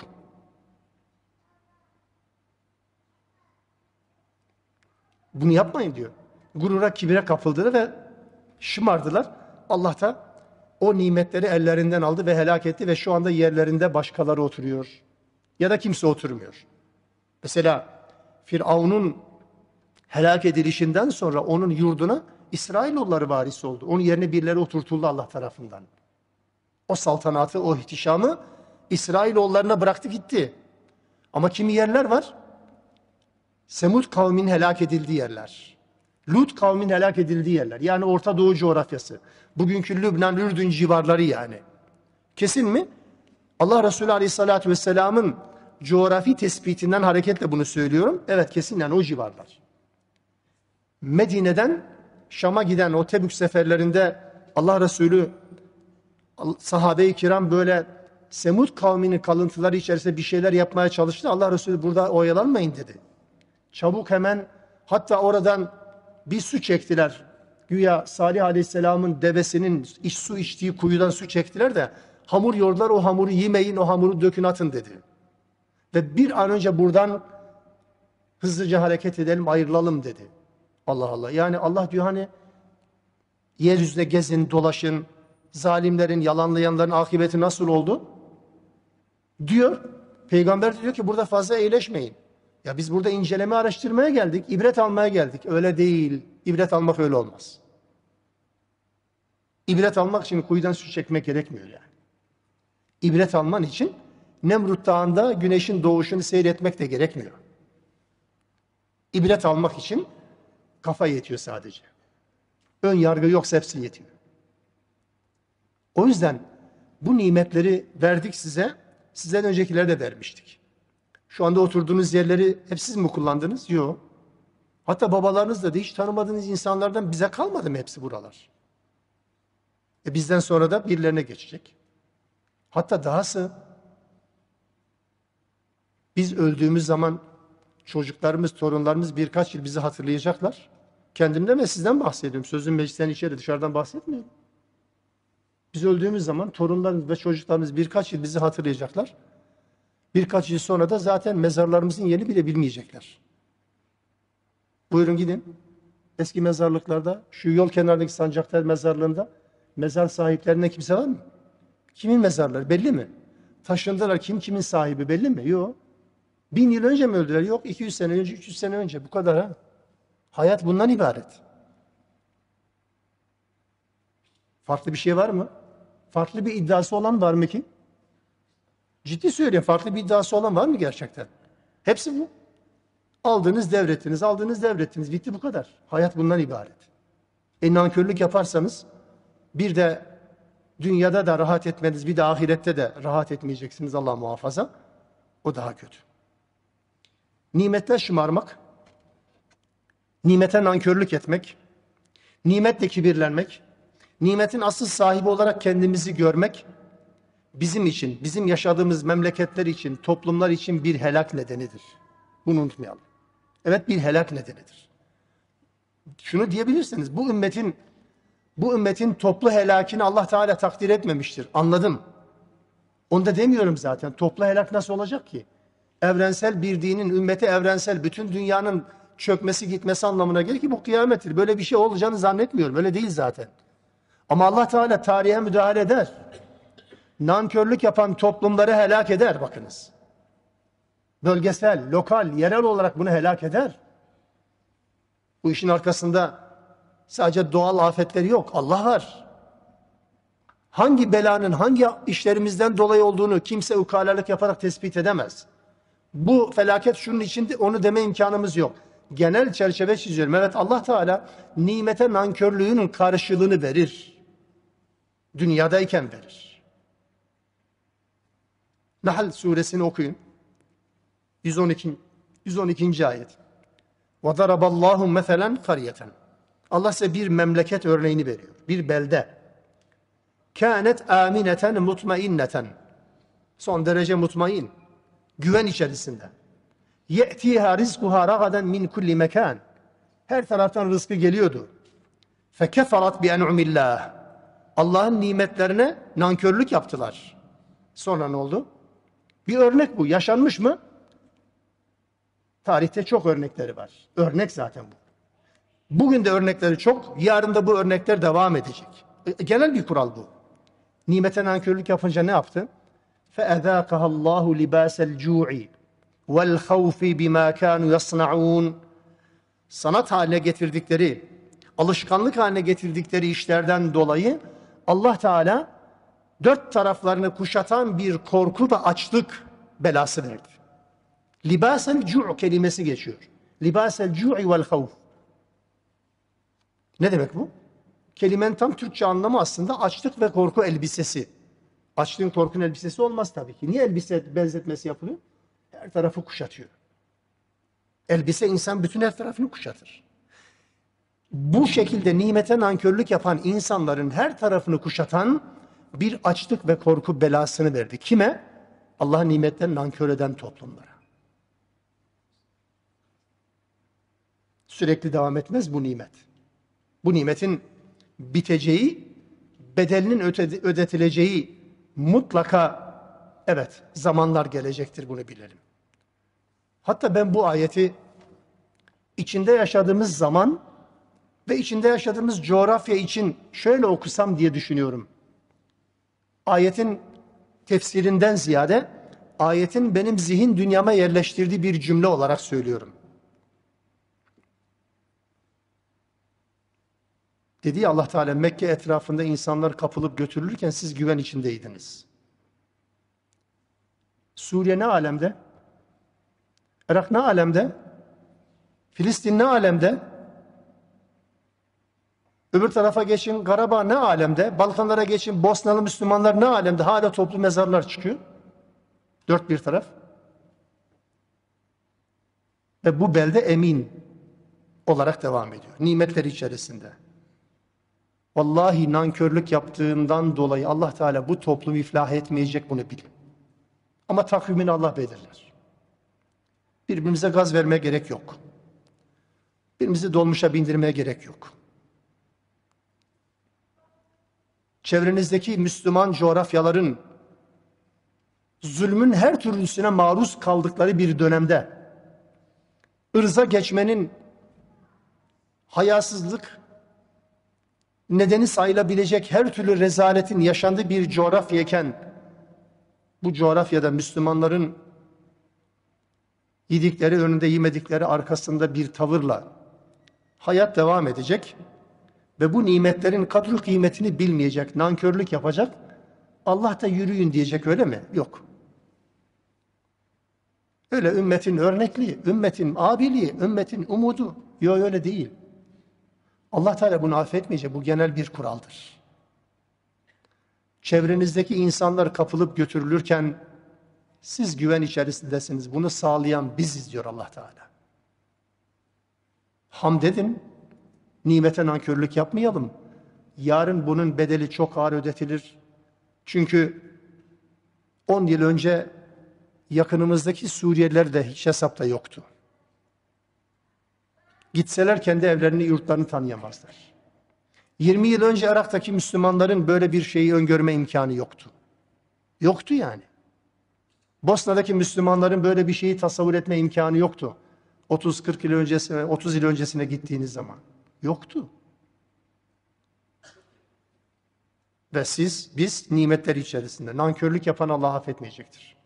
Bunu yapmayın diyor. Gurura, kibire kapıldılar ve şımardılar. Allah da o nimetleri ellerinden aldı ve helak etti ve şu anda yerlerinde başkaları oturuyor. Ya da kimse oturmuyor. Mesela Firavun'un helak edilişinden sonra onun yurduna İsrailoğulları varis oldu. Onun yerine birileri oturtuldu Allah tarafından. O saltanatı, o ihtişamı İsrailoğullarına bıraktı gitti. Ama kimi yerler var? Semud kavminin helak edildiği yerler. Lut kavminin helak edildiği yerler. Yani Orta Doğu coğrafyası. Bugünkü Lübnan, Ürdün civarları yani. Kesin mi? Allah Resulü Aleyhisselatü Vesselam'ın coğrafi tespitinden hareketle bunu söylüyorum. Evet kesin yani o civarlar. Medine'den Şam'a giden o Tebük seferlerinde Allah Resulü sahabe-i kiram böyle Semud kavminin kalıntıları içerisinde bir şeyler yapmaya çalıştı. Allah Resulü burada oyalanmayın dedi. Çabuk hemen hatta oradan bir su çektiler. Güya Salih Aleyhisselam'ın devesinin su içtiği kuyudan su çektiler de hamur yoğurdular, o hamuru yemeyin, o hamuru dökün atın dedi. Ve bir an önce buradan hızlıca hareket edelim, ayrılalım dedi. Allah Allah. Yani Allah diyor hani yeryüzünde gezin, dolaşın, zalimlerin, yalanlayanların akıbeti nasıl oldu? Diyor. Peygamber diyor ki burada fazla eğleşmeyin. Ya biz burada inceleme, araştırmaya geldik, ibret almaya geldik. Öyle değil. İbret almak öyle olmaz. İbret almak için kuyudan su çekmek gerekmiyor yani. İbret alman için Nemrut Dağı'nda güneşin doğuşunu seyretmek de gerekmiyor. İbret almak için kafa yetiyor sadece. Ön yargı yoksa hepsi yetiyor. O yüzden bu nimetleri verdik size, sizden öncekileri de vermiştik. Şu anda oturduğunuz yerleri hep siz mi kullandınız? Yok. Hatta babalarınız da hiç tanımadığınız insanlardan bize kalmadı mı hepsi buralar? Bizden sonra da birilerine geçecek. Hatta dahası biz öldüğümüz zaman çocuklarımız, torunlarımız birkaç yıl bizi hatırlayacaklar. Kendimden ve sizden bahsediyorum. Sözün meclisten içeri, dışarıdan bahsetmiyorum. Biz öldüğümüz zaman torunlarımız ve çocuklarımız birkaç yıl bizi hatırlayacaklar. Birkaç yıl sonra da zaten mezarlarımızın yerini bile bilmeyecekler. Buyurun gidin. Eski mezarlıklarda, şu yol kenarındaki Sancaktar mezarlığında mezar sahiplerine kimse var mı? Kimin mezarları belli mi? Taşındılar, kimin sahibi belli mi? Yok. 1000 yıl önce mi öldüler? Yok. 200 sene önce, 300 sene önce. Bu kadar ha. Hayat bundan ibaret. Farklı bir şey var mı? Farklı bir iddiası olan var mı ki? Ciddi söylüyorum. Farklı bir iddiası olan var mı gerçekten? Hepsi bu. Aldınız, devrettiniz, aldınız, devrettiniz. Bitti, bu kadar. Hayat bundan ibaret. Nankörlük yaparsanız bir de dünyada da rahat etmeniz, bir de ahirette de rahat etmeyeceksiniz, Allah muhafaza. O daha kötü. Nimetle şımarmak, nimete nankörlük etmek, nimetle kibirlenmek, nimetin asıl sahibi olarak kendimizi görmek, bizim için, bizim yaşadığımız memleketler için, toplumlar için bir helak nedenidir. Bunu unutmayalım. Evet, bir helak nedenidir. Şunu diyebilirsiniz, bu ümmetin toplu helakini Allah Teala takdir etmemiştir. Anladım. Onu da demiyorum zaten. Toplu helak nasıl olacak ki? Evrensel bir dinin, ümmeti evrensel, bütün dünyanın çökmesi, gitmesi anlamına gelir ki bu kıyamettir. Böyle bir şey olacağını zannetmiyorum. Öyle değil zaten. Ama Allah Teala tarihe müdahale eder. Nankörlük yapan toplumları helak eder, bakınız. Bölgesel, lokal, yerel olarak bunu helak eder. Bu işin arkasında sadece doğal afetleri yok. Allah var. Hangi belanın, hangi işlerimizden dolayı olduğunu kimse ukalalık yaparak tespit edemez. Bu felaket şunun içinde, onu deme imkanımız yok. Genel çerçeve çiziyorum. Evet, Allah Teala nimete nankörlüğünün karşılığını verir. Dünyadayken verir. Nahl suresini okuyun. 112. ayet. وَضَرَبَ اللّٰهُ مَثَلًا قَرْيَةً. Allah size bir memleket örneğini veriyor. Bir belde. كَانَتْ آمِنَةً مُطْمَئِنَّةً. Son derece mutmain. Güven içerisinde. يَأْتِيهَا رِزْقُهَا رَغَدًا مِنْ كُلِّ مَكَانٍ. Her taraftan rızkı geliyordu. فَكَفَرَتْ بِأَنْعُمِ اللّٰهِ. Allah'ın nimetlerine nankörlük yaptılar. Sonra ne oldu? Bir örnek bu. Yaşanmış mı? Tarihte çok örnekleri var. Örnek zaten bu. Bugün de örnekleri çok. Yarın da bu örnekler devam edecek. Genel bir kural bu. Nimete nankörlük yapınca ne yaptı? فَاَذَاقَهَا اللّٰهُ لِبَاسَ الْجُوعِ وَالْخَوْفِ بِمَا كَانُوا يَصْنَعُونَ. Sanat haline getirdikleri, alışkanlık haline getirdikleri işlerden dolayı Allah Teala dört taraflarını kuşatan bir korku ve açlık belası verdi. Libasel cu' kelimesi geçiyor. Libasel cu'i vel havf. Ne demek bu? Kelimenin tam Türkçe anlamı aslında açlık ve korku elbisesi. Açlığın, korkunun elbisesi olmaz tabii ki. Niye elbise benzetmesi yapılıyor? Her tarafı kuşatıyor. Elbise insan bütün her tarafını kuşatır. Bu şekilde nimete nankörlük yapan insanların her tarafını kuşatan bir açlık ve korku belasını verdi. Kime? Allah'ın nimetten nankör eden toplumlara. Sürekli devam etmez bu nimet. Bu nimetin biteceği, bedelinin ödetileceği mutlaka, evet, zamanlar gelecektir, bunu bilelim. Hatta ben bu ayeti içinde yaşadığımız zaman ve içinde yaşadığımız coğrafya için şöyle okusam diye düşünüyorum. Ayetin tefsirinden ziyade ayetin benim zihin dünyama yerleştirdiği bir cümle olarak söylüyorum. Dedi ya Allah Teala, Mekke etrafında insanlar kapılıp götürülürken siz güven içindeydiniz. Suriye ne alemde? Irak ne alemde? Filistin ne alemde? Öbür tarafa geçin, Karabağ ne alemde? Balkanlara geçin, Bosnalı Müslümanlar ne alemde? Hala toplu mezarlar çıkıyor. Dört bir taraf. Ve bu belde emin olarak devam ediyor. Nimetler içerisinde. Vallahi nankörlük yaptığından dolayı Allah Teala bu toplum iflah etmeyecek, bunu bilin. Ama takvimini Allah belirler. Birbirimize gaz vermeye gerek yok. Birbirimizi dolmuşa bindirmeye gerek yok. Çevrenizdeki Müslüman coğrafyaların zulmün her türlüsüne maruz kaldıkları bir dönemde ırza geçmenin hayasızlık nedeni sayılabilecek her türlü rezaletin yaşandığı bir coğrafyayken bu coğrafyada Müslümanların yedikleri önünde, yemedikleri arkasında bir tavırla hayat devam edecek ve bu nimetlerin kadru kıymetini bilmeyecek, nankörlük yapacak. Allah da yürüyün diyecek, öyle mi? Yok. Öyle ümmetin örnekliği, ümmetin abiliği, ümmetin umudu. Yok öyle değil. Allah Teala bunu affetmeyecek. Bu genel bir kuraldır. Çevrenizdeki insanlar kapılıp götürülürken siz güven içerisindesiniz. Bunu sağlayan biziz diyor Allah Teala. Hamd edin. Nimete nankörlük yapmayalım. Yarın bunun bedeli çok ağır ödetilir. Çünkü 10 yıl önce yakınımızdaki Suriyeliler de hiç hesapta yoktu. Gitseler kendi evlerini, yurtlarını tanıyamazlar. 20 yıl önce Irak'taki Müslümanların böyle bir şeyi öngörme imkanı yoktu. Yoktu yani. Bosna'daki Müslümanların böyle bir şeyi tasavvur etme imkanı yoktu. 30-40 yıl öncesine, 30 yıl öncesine gittiğiniz zaman. Yoktu. Ve biz nimetler içerisinde. Nankörlük yapan Allah affetmeyecektir.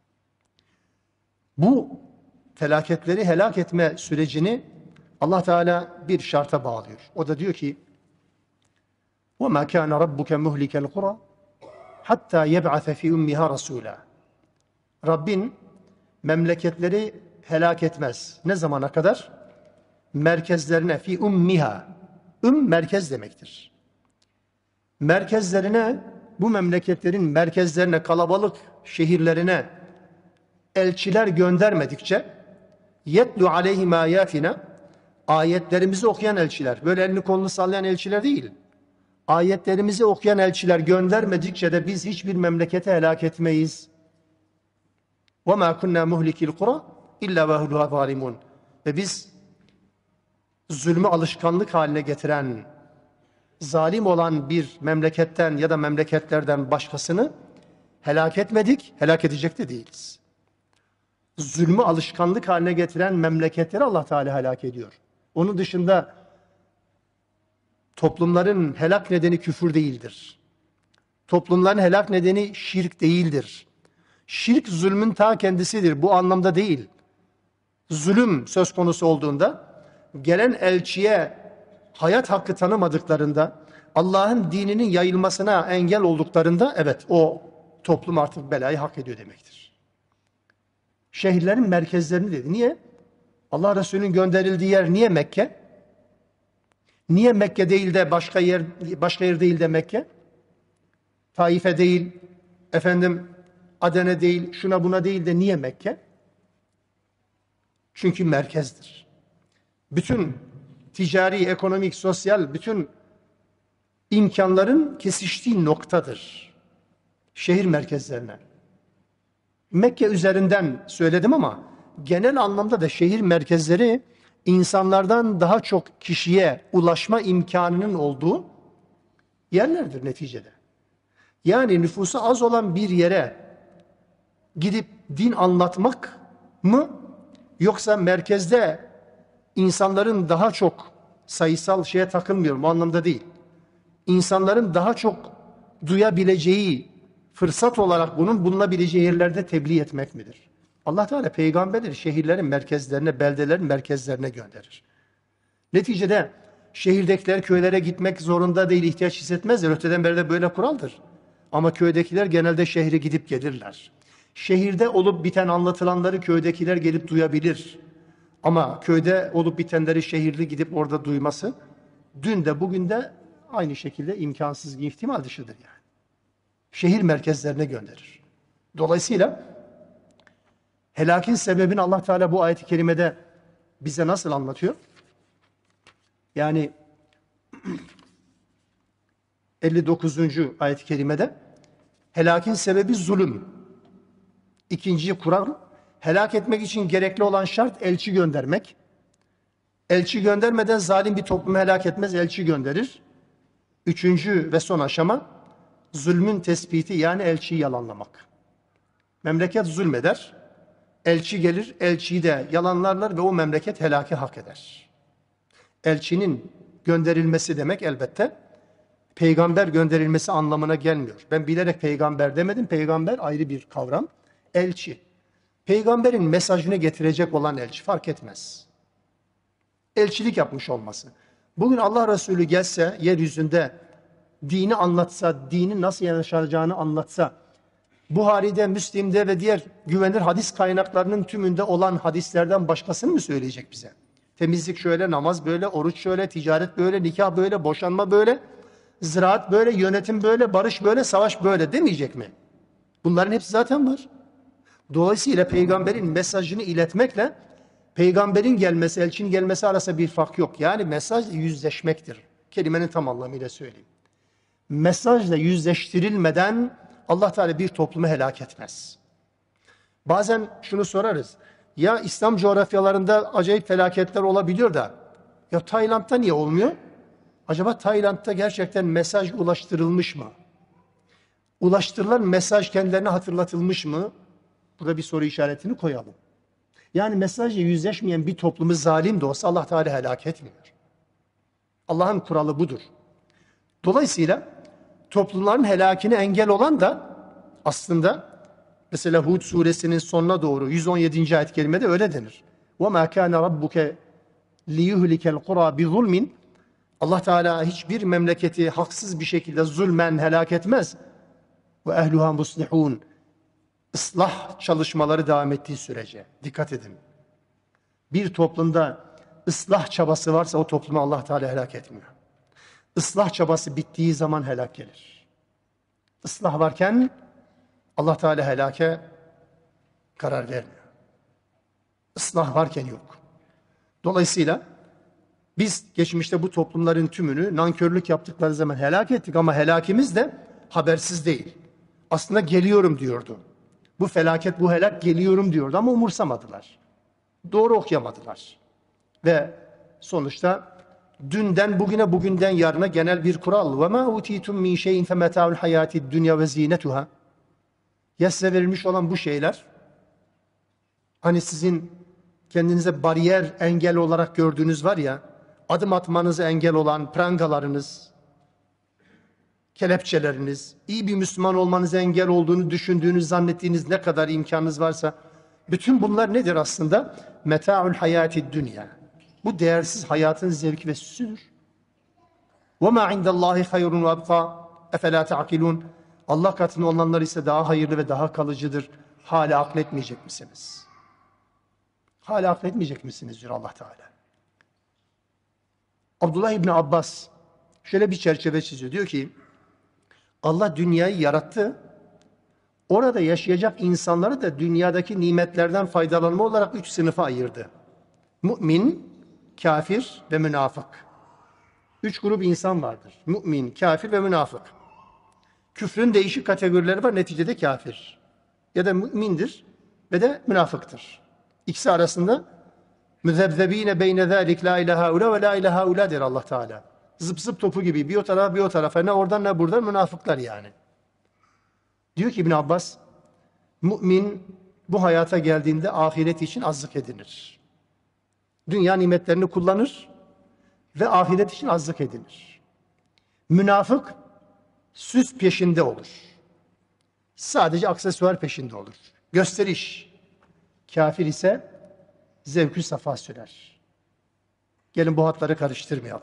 Bu felaketleri helak etme sürecini Allah Teala bir şarta bağlıyor. O da diyor ki وَمَا كَانَ رَبُّكَ مُهْلِكَ الْقُرَى حَتَّى يَبْعَثَ فِي أُمِّهَا رَسُولًا. Rabbin memleketleri helak etmez. Ne zamana kadar? Merkezlerine fi ummiha. Merkez demektir. Merkezlerine, bu memleketlerin merkezlerine, kalabalık şehirlerine elçiler göndermedikçe yetlu aleyhim ayatina, ayetlerimizi okuyan elçiler, böyle elini kolunu sallayan elçiler değil. Ayetlerimizi okuyan elçiler göndermedikçe de biz hiçbir memlekete helak etmeyiz. وَمَا كُنَّا مُهْلِكِ الْقُرَى اِلَّا وَهُلُهَا ظَالِمُونَ. Ve biz zulmü alışkanlık haline getiren, zalim olan bir memleketten ya da memleketlerden başkasını helak etmedik, helak edecek de değiliz. Zulmü alışkanlık haline getiren memleketleri Allah Teala helak ediyor. Onun dışında toplumların helak nedeni küfür değildir. Toplumların helak nedeni şirk değildir. Şirk zulmün ta kendisidir. Bu anlamda değil. Zulüm söz konusu olduğunda, gelen elçiye hayat hakkı tanımadıklarında, Allah'ın dininin yayılmasına engel olduklarında, evet o toplum artık belayı hak ediyor demektir. Şehirlerin merkezlerini dedi. Niye? Allah Resulü'nün gönderildiği yer niye Mekke? Niye Mekke değil de başka yer değil de Mekke? Taife değil, Adene değil, şuna buna değil de niye Mekke? Çünkü merkezdir. Bütün ticari, ekonomik, sosyal bütün imkanların kesiştiği noktadır. Şehir merkezlerine. Mekke üzerinden söyledim ama genel anlamda da şehir merkezleri insanlardan daha çok kişiye ulaşma imkanının olduğu yerlerdir neticede. Yani nüfusu az olan bir yere gidip din anlatmak mı, yoksa merkezde insanların daha çok, sayısal şeye takılmıyorum o anlamda değil, İnsanların daha çok duyabileceği fırsat olarak bunun bulunabileceği yerlerde tebliğ etmek midir? Allah Teala peygamberleri şehirlerin merkezlerine, beldelerin merkezlerine gönderir. Neticede şehirdekiler köylere gitmek zorunda değil, ihtiyaç hissetmezler. Öteden beri de böyle kuraldır. Ama köydekiler genelde şehre gidip gelirler. Şehirde olup biten anlatılanları köydekiler gelip duyabilir. Ama köyde olup bitenleri şehirli gidip orada duyması, dün de bugün de aynı şekilde imkansız, ihtimal dışıdır yani. Şehir merkezlerine gönderir. Dolayısıyla helakin sebebini Allah Teala bu ayet-i kerimede bize nasıl anlatıyor? Yani 59. ayet-i kerimede helakin sebebi zulüm. İkinci kural, helak etmek için gerekli olan şart elçi göndermek. Elçi göndermeden zalim bir toplumu helak etmez, elçi gönderir. Üçüncü ve son aşama zulmün tespiti, yani elçiyi yalanlamak. Memleket zulmeder, elçi gelir, elçiyi de yalanlarlar ve o memleket helaki hak eder. Elçinin gönderilmesi demek elbette peygamber gönderilmesi anlamına gelmiyor. Ben bilerek peygamber demedim, peygamber ayrı bir kavram, elçi. Peygamberin mesajını getirecek olan elçi, fark etmez. Elçilik yapmış olması. Bugün Allah Resulü gelse, yeryüzünde dini anlatsa, dinin nasıl yaşanacağını anlatsa, Buhari'de, Müslim'de ve diğer güvenilir hadis kaynaklarının tümünde olan hadislerden başkasını mı söyleyecek bize? Temizlik şöyle, namaz böyle, oruç şöyle, ticaret böyle, nikah böyle, boşanma böyle, ziraat böyle, yönetim böyle, barış böyle, savaş böyle demeyecek mi? Bunların hepsi zaten var. Dolayısıyla peygamberin mesajını iletmekle peygamberin gelmesi, elçinin gelmesi arasında bir fark yok. Yani mesajla yüzleşmektir. Kelimenin tam anlamıyla söyleyeyim. Mesajla yüzleştirilmeden Allah Teala bir toplumu helak etmez. Bazen şunu sorarız. Ya İslam coğrafyalarında acayip felaketler olabiliyor da ya Tayland'da niye olmuyor? Acaba Tayland'da gerçekten mesaj ulaştırılmış mı? Ulaştırılan mesaj kendilerine hatırlatılmış mı? Burada bir soru işaretini koyalım. Yani mesajla yüzleşmeyen bir toplumu zalim de olsa Allah Teala helak etmiyor. Allah'ın kuralı budur. Dolayısıyla toplumların helakine engel olan da aslında mesela Hud suresinin sonuna doğru 117. ayet-i kerimede öyle denir. وَمَا كَانَ رَبُّكَ لِيُهْلِكَ الْقُرَى بِظُلْمٍ Allah Teala hiçbir memleketi haksız bir şekilde zulmen helak etmez. وَاَهْلُهَا مُصْلِحُونَ Islah çalışmaları devam ettiği sürece. Dikkat edin. Bir toplumda ıslah çabası varsa o toplumu Allah Teala helak etmiyor. Islah çabası bittiği zaman helak gelir. Islah varken Allah Teala helake karar vermiyor. Islah varken yok. Dolayısıyla biz geçmişte bu toplumların tümünü nankörlük yaptıkları zaman helak ettik ama helakimiz de habersiz değil. Aslında geliyorum diyordu. Bu felaket, bu helak geliyorum diyordu ama umursamadılar. Doğru okuyamadılar. Ve sonuçta dünden bugüne, bugünden yarına genel bir kural. وَمَا اُوتِيتُمْ مِنْ شَيْءٍ فَمَتَاعُ الْحَيَاتِ الدُّنْيَا وَزِينَتُهَا Ya size verilmiş olan bu şeyler, hani sizin kendinize bariyer, engel olarak gördüğünüz var ya, adım atmanızı engel olan prangalarınız, kelepçeleriniz, iyi bir Müslüman olmanıza engel olduğunu düşündüğünüz, zannettiğiniz ne kadar imkanınız varsa, bütün bunlar nedir aslında? Meta'ul hayati dünya. Bu değersiz hayatın zevki ve süsüdür. وَمَا عِنْدَ اللّٰهِ خَيْرٌ وَابْقَى اَفَلَا تَعْقِلُونَ Allah katında olanlar ise daha hayırlı ve daha kalıcıdır. Hala akletmeyecek misiniz? Hala akletmeyecek misiniz diyor Allah Teala. Abdullah İbni Abbas şöyle bir çerçeve çiziyor. Diyor ki Allah dünyayı yarattı. Orada yaşayacak insanları da dünyadaki nimetlerden faydalanma olarak 3 sınıfa ayırdı. Mümin, kafir ve münafık. 3 grup insan vardır. Mümin, kafir ve münafık. Küfrün değişik kategorileri var. Neticede kafir. Ya da mümindir ve de münafıktır. İkisi arasında müzebzebine beyne zâlik la ilahe haula ve la ilahe haula der Allah Teala. Zıp zıp topu gibi bir o tarafa bir o tarafa, ne oradan ne buradan münafıklar yani. Diyor ki İbn Abbas, mümin bu hayata geldiğinde ahiret için azlık edinir. Dünya nimetlerini kullanır ve ahiret için azlık edinir. Münafık süs peşinde olur. Sadece aksesuar peşinde olur. Gösteriş. Kafir ise zevkü safa sürer. Gelin bu hatları karıştırmayalım.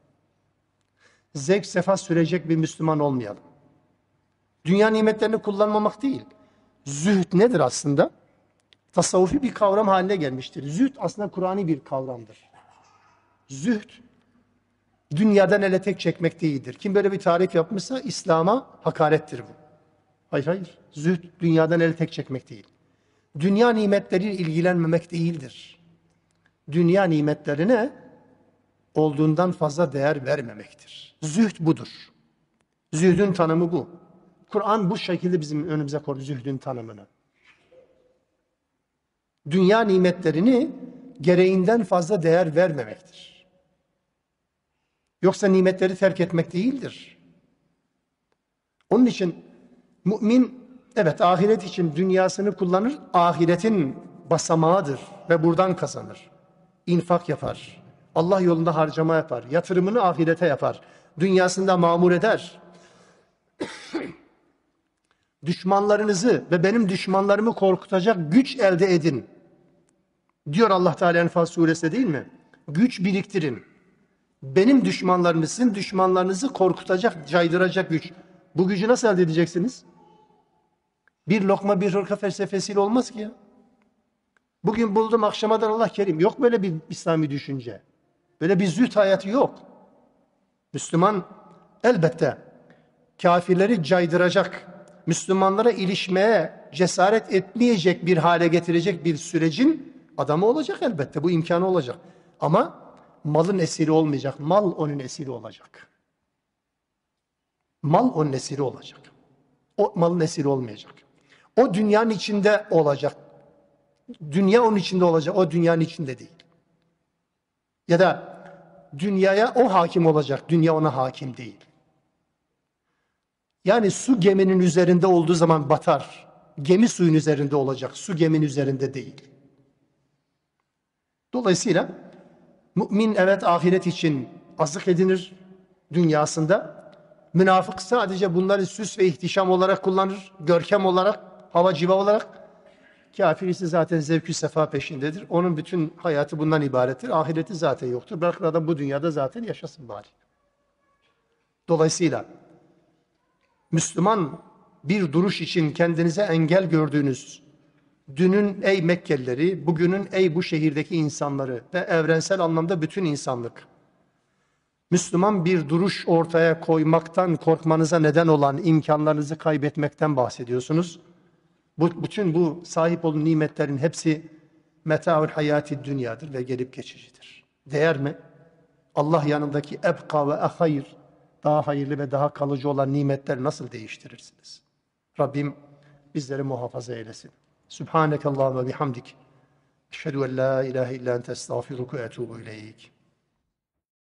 Zevk sefa sürecek bir Müslüman olmayalım. Dünya nimetlerini kullanmamak değil. Zühd nedir aslında? Tasavvufi bir kavram haline gelmiştir. Zühd aslında Kur'an'i bir kavramdır. Zühd, dünyadan ele tek çekmek değildir. Kim böyle bir tarif yapmışsa İslam'a hakarettir bu. Hayır. Zühd, dünyadan ele tek çekmek değil. Dünya nimetleriyle ilgilenmemek değildir. Dünya nimetlerine olduğundan fazla değer vermemektir. Zühd budur. Zühdün tanımı bu. Kur'an bu şekilde bizim önümüze koydu zühdün tanımını. Dünya nimetlerini gereğinden fazla değer vermemektir. Yoksa nimetleri terk etmek değildir. Onun için mümin evet ahiret için dünyasını kullanır, ahiretin basamağıdır ve buradan kazanır. İnfak yapar, Allah yolunda harcama yapar, yatırımını ahirete yapar, dünyasında mamur eder. Düşmanlarınızı ve benim düşmanlarımı korkutacak güç elde edin. Diyor Allah Teala Enfal suresinde değil mi? Güç biriktirin. Benim düşmanlarımı, sizin düşmanlarınızı korkutacak, caydıracak güç. Bu gücü nasıl elde edeceksiniz? Bir lokma bir hırka felsefesiyle olmaz ki ya. Bugün buldum akşamadan Allah kerim. Yok böyle bir İslami düşünce. Böyle bir zühd hayatı yok. Müslüman elbette kafirleri caydıracak, Müslümanlara ilişmeye cesaret etmeyecek bir hale getirecek bir sürecin adamı olacak elbette. Bu imkanı olacak. Ama malın esiri olmayacak. Mal onun esiri olacak. Mal onun esiri olacak. O malın esiri olmayacak. O dünyanın içinde olacak. Dünya onun içinde olacak. O dünyanın içinde değil. Ya da dünyaya o hakim olacak. Dünya ona hakim değil. Yani su geminin üzerinde olduğu zaman batar. Gemi suyun üzerinde olacak. Su geminin üzerinde değil. Dolayısıyla mümin evet ahiret için azık edinir dünyasında. Münafık sadece bunları süs ve ihtişam olarak kullanır. Görkem olarak, hava civa olarak. Kafir ise zaten zevk-ü sefa peşindedir. Onun bütün hayatı bundan ibarettir. Ahireti zaten yoktur. Bırakın adam bu dünyada zaten yaşasın bari. Dolayısıyla Müslüman bir duruş için kendinize engel gördüğünüz, dünün ey Mekkelileri, bugünün ey bu şehirdeki insanları ve evrensel anlamda bütün insanlık, Müslüman bir duruş ortaya koymaktan korkmanıza neden olan imkanlarınızı kaybetmekten bahsediyorsunuz. Bütün bu sahip olduğun nimetlerin hepsi meta'ul hayati dünyadır ve gelip geçicidir. Değer mi? Allah yanındaki ebka ve ahayr, daha hayırlı ve daha kalıcı olan nimetleri nasıl değiştirirsiniz? Rabbim bizleri muhafaza eylesin. Subhanekallahumma bihamdik. Eşhedü en la ilahe illa ente estağfiruke ve etûbü ileyk.